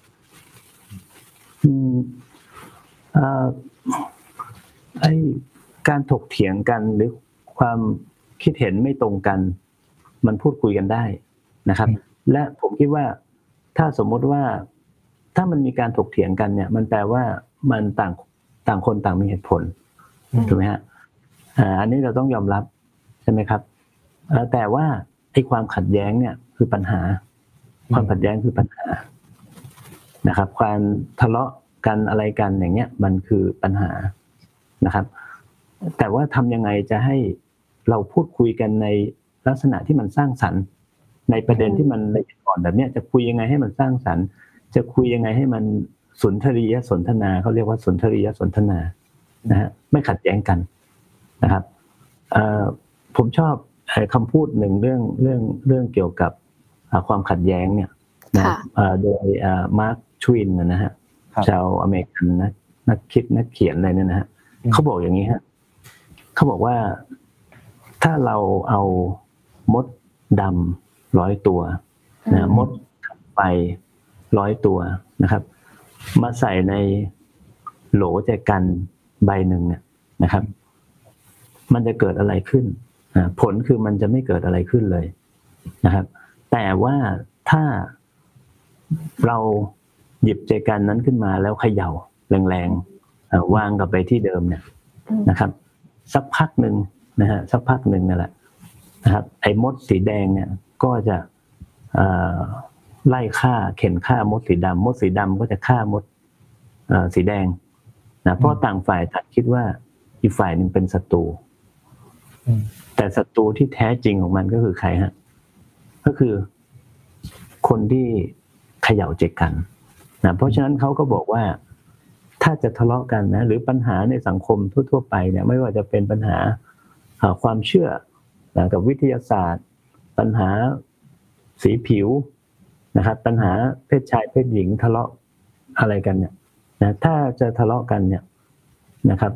อืมอ่าไอ้การถกเถียงกันหรือความคิดเห็นไม่ตรงกันมันพูดคุยกันได้นะครับและผมคิดว่าถ้าสมมติว่าถ้ามันมีการถกเถียงกันเนี่ยมันแปลว่ามันต่างต่างคนต่างมีเหตุผลถูกไหมฮะอ่าอันนี้เราต้องยอมรับใช่ไหมครับแต่ว่าไอ้ความขัดแย้งเนี่ยคือปัญหาความขัดแย้งคือปัญหานะครับความทะเลาะกันอะไรกันอย่างเงี้ยมันคือปัญหานะครับแต่ว่าทำยังไงจะให้เราพูดคุยกันในลักษณะที่มันสร้างสรรค์ในประเด็นที่มันละเอียดอ่อนแบบนี้จะคุยยังไงให้มันสร้างสรรค์จะคุยยังไงให้มันสุนทรียสนทนาเขาเรียกว่าสุนทรียสนทนานะฮะไม่ขัดแย้งกันนะครับผมชอบคำพูดหนึ่งเรื่องเรื่องเรื่องเกี่ยวกับความขัดแย้งเนี่ยนะโดยมาร์คชวินนะฮะชาวอเมริกันนะนักคิดนักเขียนอะไรเนี่ยนะฮะเขาบอกอย่างนี้ฮะเขาบอกว่าถ้าเราเอามดดำร้อยตัวนะมดไฟร้อยตัวนะครับมาใส่ในโหลแจกันใบหนึ่งเนี่ยนะครับมันจะเกิดอะไรขึ้นผลคือมันจะไม่เกิดอะไรขึ้นเลยนะครับแต่ว่าถ้าเราหยิบแจกันนั้นขึ้นมาแล้วเขย่าแรงๆวางกลับไปที่เดิมเนี่ยนะครับสักพักหนึ่งนะฮะสักพักหนึ่งนั่นแหละนะครับไอ้มดสีแดงเนี่ยก็จะไล่ฆ่าเข็นฆ่ามดสีดำมดสีดำก็จะฆ่ามดสีแดงนะเพราะต่างฝ่ายต่างคิดว่าอีกฝ่ายหนึ่งเป็นศัตรูแต่ศัตรูที่แท้จริงของมันก็คือใครฮะก็คือคนที่เขย่าเจกันนะเพราะฉะนั้นเขาก็บอกว่าถ้าจะทะเลาะกันนะหรือปัญหาในสังคมทั่วๆไปเนี่ยไม่ว่าจะเป็นปัญหาความเชื่อกับวิทยาศาสตร์ปัญหาสีผิวนะครับปัญหาเพศชายเพศหญิงทะเลาะอะไรกันเนี่ยนะถ้าจะทะเลาะกันเนี่ยนะครับ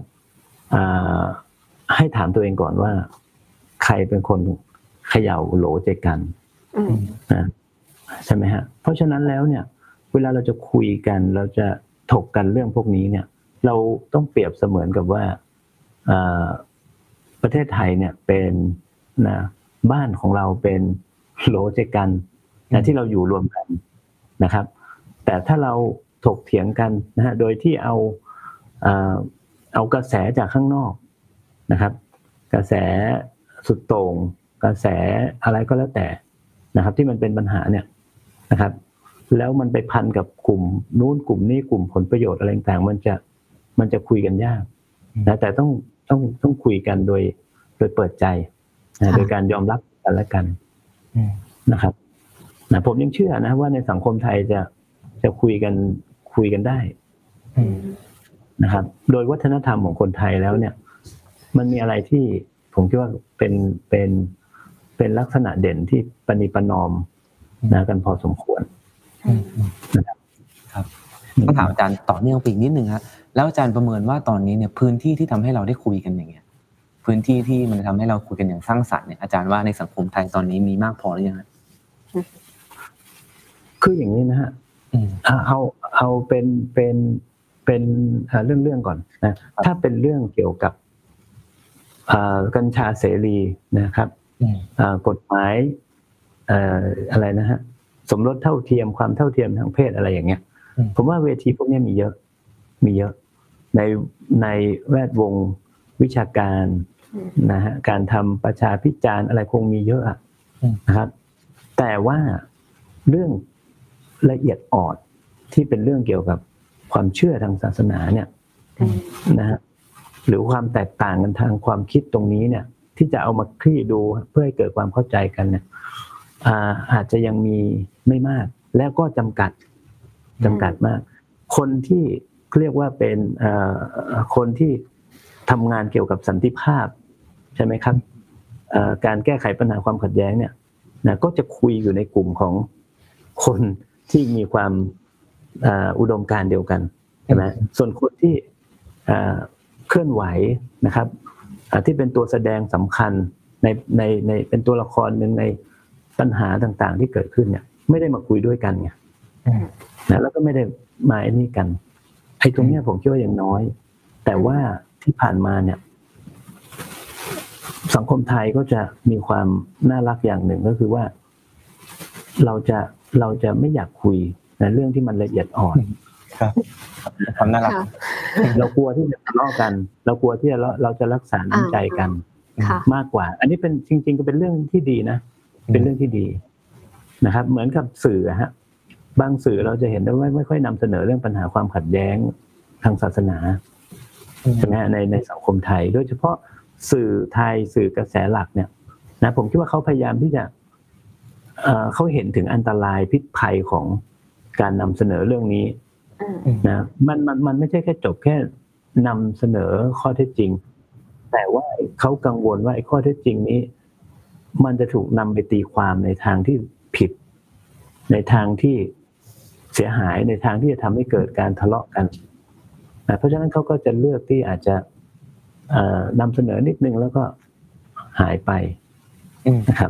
ให้ถามตัวเองก่อนว่าใครเป็นคนเขย่าโหลใจกันนะใช่ไหมฮะเพราะฉะนั้นแล้วเนี่ยเวลาเราจะคุยกันเราจะถกกันเรื่องพวกนี้เนี่ยเราต้องเปรียบเสมือนกับว่าประเทศไทยเนี่ยเป็นนะบ้านของเราเป็นโหลใจกันนะที่เราอยู่รวมกันนะครับแต่ถ้าเราถกเถียงกันนะฮะโดยที่เอาเอากระแสจากข้างนอกนะครับกระแสสุดโต่งกระแสอะไรก็แล้วแต่นะครับที่มันเป็นปัญหาเนี่ยนะครับแล้วมันไปพันกับกลุ่มนู้นกลุ่มนี้กลุ่มผลประโยชน์อะไรต่างๆมันจะมันจะคุยกันยากนะแต่ต้องต้องต้องคุยกันโดยโดยเปิดใจนะโดยการยอมรับกันและกันนะครับนะผมยังเชื่อนะว่าในสังคมไทยจะจะคุยกันคุยกันได้นะครับโดยวัฒนธรรมของคนไทยแล้วเนี่ยมันมีอะไรที่ผมคิดว่าเป็นเป็นเป็นลักษณะเด่นที่ปณิประนอมนะกันพอสมควรนะครับครับต้องถามอาจารย์ต่อเนื่องไปอีกนิดนึงครับแล้วอาจารย์ประเมินว่าตอนนี้เนี่ยพื้นที่ที่ทำให้เราได้คุยกันอย่างเงี้ยพื้นที่ที่มันทำให้เราคุยกันอย่างสร้างสรรค์เนี่ยอาจารย์ว่าในสังคมไทยตอนนี้มีมากพอหรือยังครับคืออย่างนี้นะฮะเอาเอาเป็นเป็นเป็นเรื่องเรื่องก่อนนะถ้าเป็นเรื่องเกี่ยวกับกัญชาเสรีนะครับกฎหมายอะไรนะฮะสมรสเท่าเทียมความเท่าเทียมทางเพศอะไรอย่างเงี้ยผมว่าเวทีพวกนี้มีเยอะมีเยอะในในแวดวงวิชาการนะฮะการทำประชาพิจารณ์อะไรคงมีเยอะนะครับแต่ว่าเรื่องละเอียดอ่อนที่เป็นเรื่องเกี่ยวกับความเชื่อทางศาสนาเนี่ยนะฮะหรือความแตกต่างกันทางความคิดตรงนี้เนี่ยที่จะเอามาคลี่ดูเพื่อให้เกิดความเข้าใจกันเนี่ยอาจจะยังมีไม่มากแล้วก็จำกัดจำกัดมากคนที่เรียกว่าเป็นคนที่ทำงานเกี่ยวกับสันติภาพใช่ไหมครับการแก้ไขปัญหาความขัดแย้งเนี่ยนะก็จะคุยอยู่ในกลุ่มของคนที่มีความอุดมการณ์เดียวกันใช่ไหมส่วนคนที่เคลื่อนไหวนะครับที่เป็นตัวแสดงสำคัญในในในเป็นตัวละครหนึ่งในปัญหาต่างๆที่เกิดขึ้นเนี่ยไม่ได้มาคุยด้วยกันไงนะแล้วก็ไม่ได้มาไอ้นี่กันไอ้ตรงเนี้ยผมคิดว่าอย่างน้อยแต่ว่าที่ผ่านมาเนี่ยสังคมไทยก็จะมีความน่ารักอย่างหนึ่งก็คือว่าเราจะเราจะไม่อยากคุยในเรื่องที่มันละเอียดอ่อนครับความน่ารักเรากลัวที่จะทะเลาะกันเรากลัวที่จะเราจะรักษาน้ำใจกันมากกว่าอันนี้เป็นจริงๆก็เป็นเรื่องที่ดีนะเป็นเรื่องที่ดีนะครับเหมือนกับสื่อฮะบางสื่อเราจะเห็นได้ว่าไม่ค่อยนำเสนอเรื่องปัญหาความขัดแย้งทางศาสนาใช่ไหมในในสังคมไทยโดยเฉพาะสื่อไทยสื่อกระแสหลักเนี่ยนะผมคิดว่าเขาพยายามที่จะเอ่อเขาเห็นถึงอันตรายพิษภัยของการนำเสนอเรื่องนี้นะมันมันมันไม่ใช่แค่จบแค่นำเสนอข้อเท็จจริงแต่ว่าเขากังวลว่าไอ้ข้อเท็จจริงนี้มันจะถูกนำไปตีความในทางที่ผิดในทางที่เสียหายในทางที่จะทำให้เกิดการทะเลาะกันนะเพราะฉะนั้นเขาก็จะเลือกที่อาจจะนำเสนอนิดนึงแล้วก็หายไปนะครับ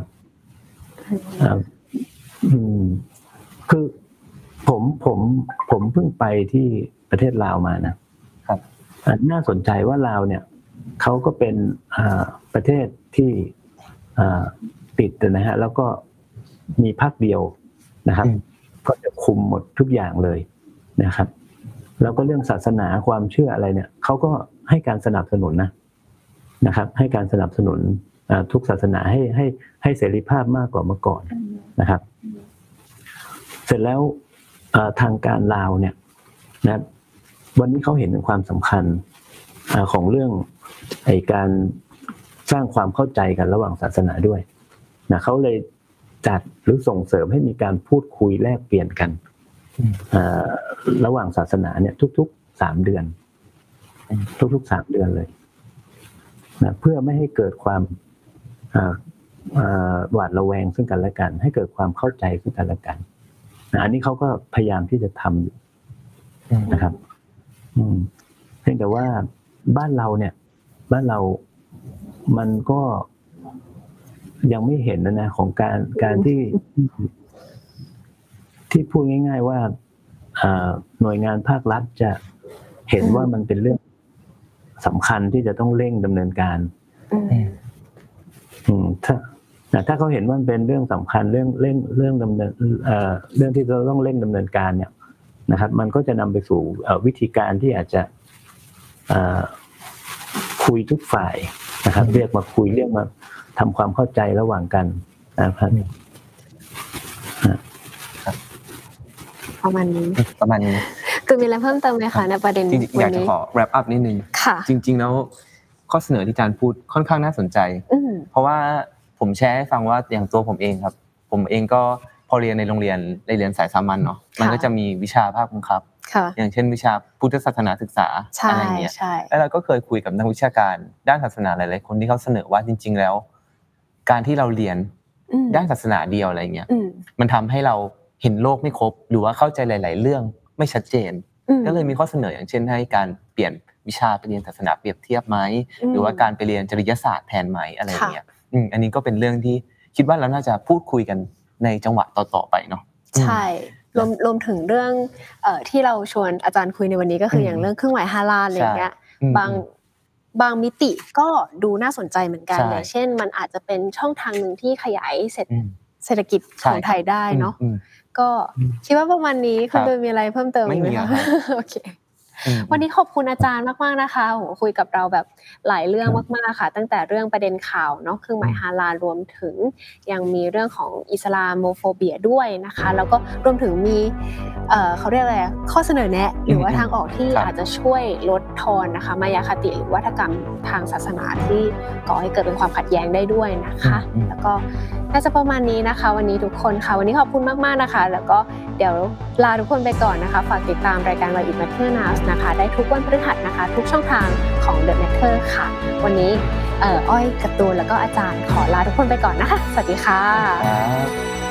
คือผมผมผมเพิ่งไปที่ประเทศลาวมานะครับน่าสนใจว่าลาวเนี่ยเขาก็เป็นประเทศที่ติดนะฮะแล้วก็มีพรรคเดียวนะครับก็จะคุมหมดทุกอย่างเลยนะครับแล้วก็เรื่องศาสนาความเชื่ออะไรเนี่ยเขาก็ให้การสนับสนุนนะนะครับให้การสนับสนุนทุกศาสนาให้ให้ให้เสรีภาพมากกว่าเมื่อก่อนนะครับเสร็จแล้วทางการลาวเนี่ยนะวันนี้เขาเห็นถึงความสำคัญของเรื่องไอ้การสร้างความเข้าใจกันระหว่างศาสนาด้วยนะเขาเลยจัดหรือส่งเสริมให้มีการพูดคุยแลกเปลี่ยนกันระหว่างศาสนาเนี่ยทุกๆสามเดือนทุกๆสามเดือนเลยนะเพื่อไม่ให้เกิดความหวาดระแวงซึ่งกันและกันให้เกิดความเข้าใจซึ่งกันและกันนะอันนี้เขาก็พยายามที่จะทำอยู่นะครับเพียงแต่ว่าบ้านเราเนี่ยบ้านเรามันก็ยังไม่เห็นนะนะของการการที่ที่พูดง่ายๆว่าหน่วยงานภาครัฐจะเห็นว่ามันเป็นเรื่องสำคัญที่จะต้องเร่งดำเนินการถ้าถ้าเขาเห็นว่ามันเป็นเรื่องสำคัญเรื่องเร่งเรื่องดำเนินเรื่องที่เราต้องเร่งดำเนินการเนี่ยนะครับมันก็จะนำไปสู่วิธีการที่อาจจะคุยทุกฝ่ายนะครับเรียกมาคุยเรียกมาทำความเข้าใจระหว่างกันนะครับประมาณนี้ประมาณนี้คือมีอะไรเพิ่มเติมไหมคะในประเด็นนี้จริงๆอยากจะขอ wrap up นิดนึงจริงๆแล้วข้อเสนอที่อาจารย์พูดค่อนข้างน่าสนใจเพราะว่าผมแชร์ให้ฟังว่าอย่างตัวผมเองครับผมเองก็พอเรียนในโรงเรียนเรียนสายสามัญเนาะมันก็จะมีวิชาภาคบังคับอย่างเช่นวิชาพุทธศาสนาศึกษาอะไรเงี้ยแล้วเราก็เคยคุยกับนักวิชาการด้านศาสนาหลายๆคนที่เขาเสนอว่าจริงๆแล้วการที่เราเรียนด้านศาสนาเดียวอะไรเงี้ยมันทำให้เราเห็นโลกไม่ครบหรือว่าเข้าใจหลายๆเรื่องไม่ชัดเจนก็เลยมีข้อเสนออย่างเช่นให้การเปลี่ยนวิชาไปเรียนศาสนาเปรียบเทียบไหมหรือว่าการไปเรียนจริยศาสตร์แทนไหมอะไรเงี้ยอันนี้ก็เป็นเรื่องที่คิดว่าเราน่าจะพูดคุยกันในจังหวะต่อๆไปเนาะใช่รวมรวมถึงเรื่องเอ่อที่เราชวนอาจารย์คุยในวันนี้ก็คืออย่างเรื่องเครื่องหมายฮาลาลอะไรอย่างเงี้ยบางบางมิติก็ดูน่าสนใจเหมือนกันอย่างเช่นมันอาจจะเป็นช่องทางนึงที่ขยายเศรษฐกิจของไทยได้เนาะก็คิดว่าประมาณนี้คุณโดยมีอะไรเพิ่มเติมไหมคะโอเควันนี้ขอบคุณอาจารย์มากๆนะคะโหคุยกับเราแบบหลายเรื่องมากๆค่ะตั้งแต่เรื่องประเด็นข่าวเนาะเครื่องหมายฮาลาลรวมถึงยังมีเรื่องของอิสลามโมโฟเบียด้วยนะคะแล้วก็รวมถึงมีเอ่อเขาเรียกอะไรข้อเสนอแนะหรือว่าทางออกที่อาจจะช่วยลดทอนนะคะมายาคติหรือวัฒกรรมทางศาสนาที่ก่อให้เกิดเป็นความขัดแย้งได้ด้วยนะคะแล้วก็น่าจะประมาณนี้นะคะวันนี้ทุกคนค่ะวันนี้ขอบคุณมากๆนะคะแล้วก็เดี๋ยวลาทุกคนไปก่อนนะคะฝากติดตามรายการ Why It Matters Now นะคะได้ทุกวันพฤหัสนะคะทุกช่องทางของ The Matter ค่ะวันนี้เอ่ออ้อยการ์ตูนแล้วก็อาจารย์ขอลาทุกคนไปก่อนนะคะสวัสดีค่ะ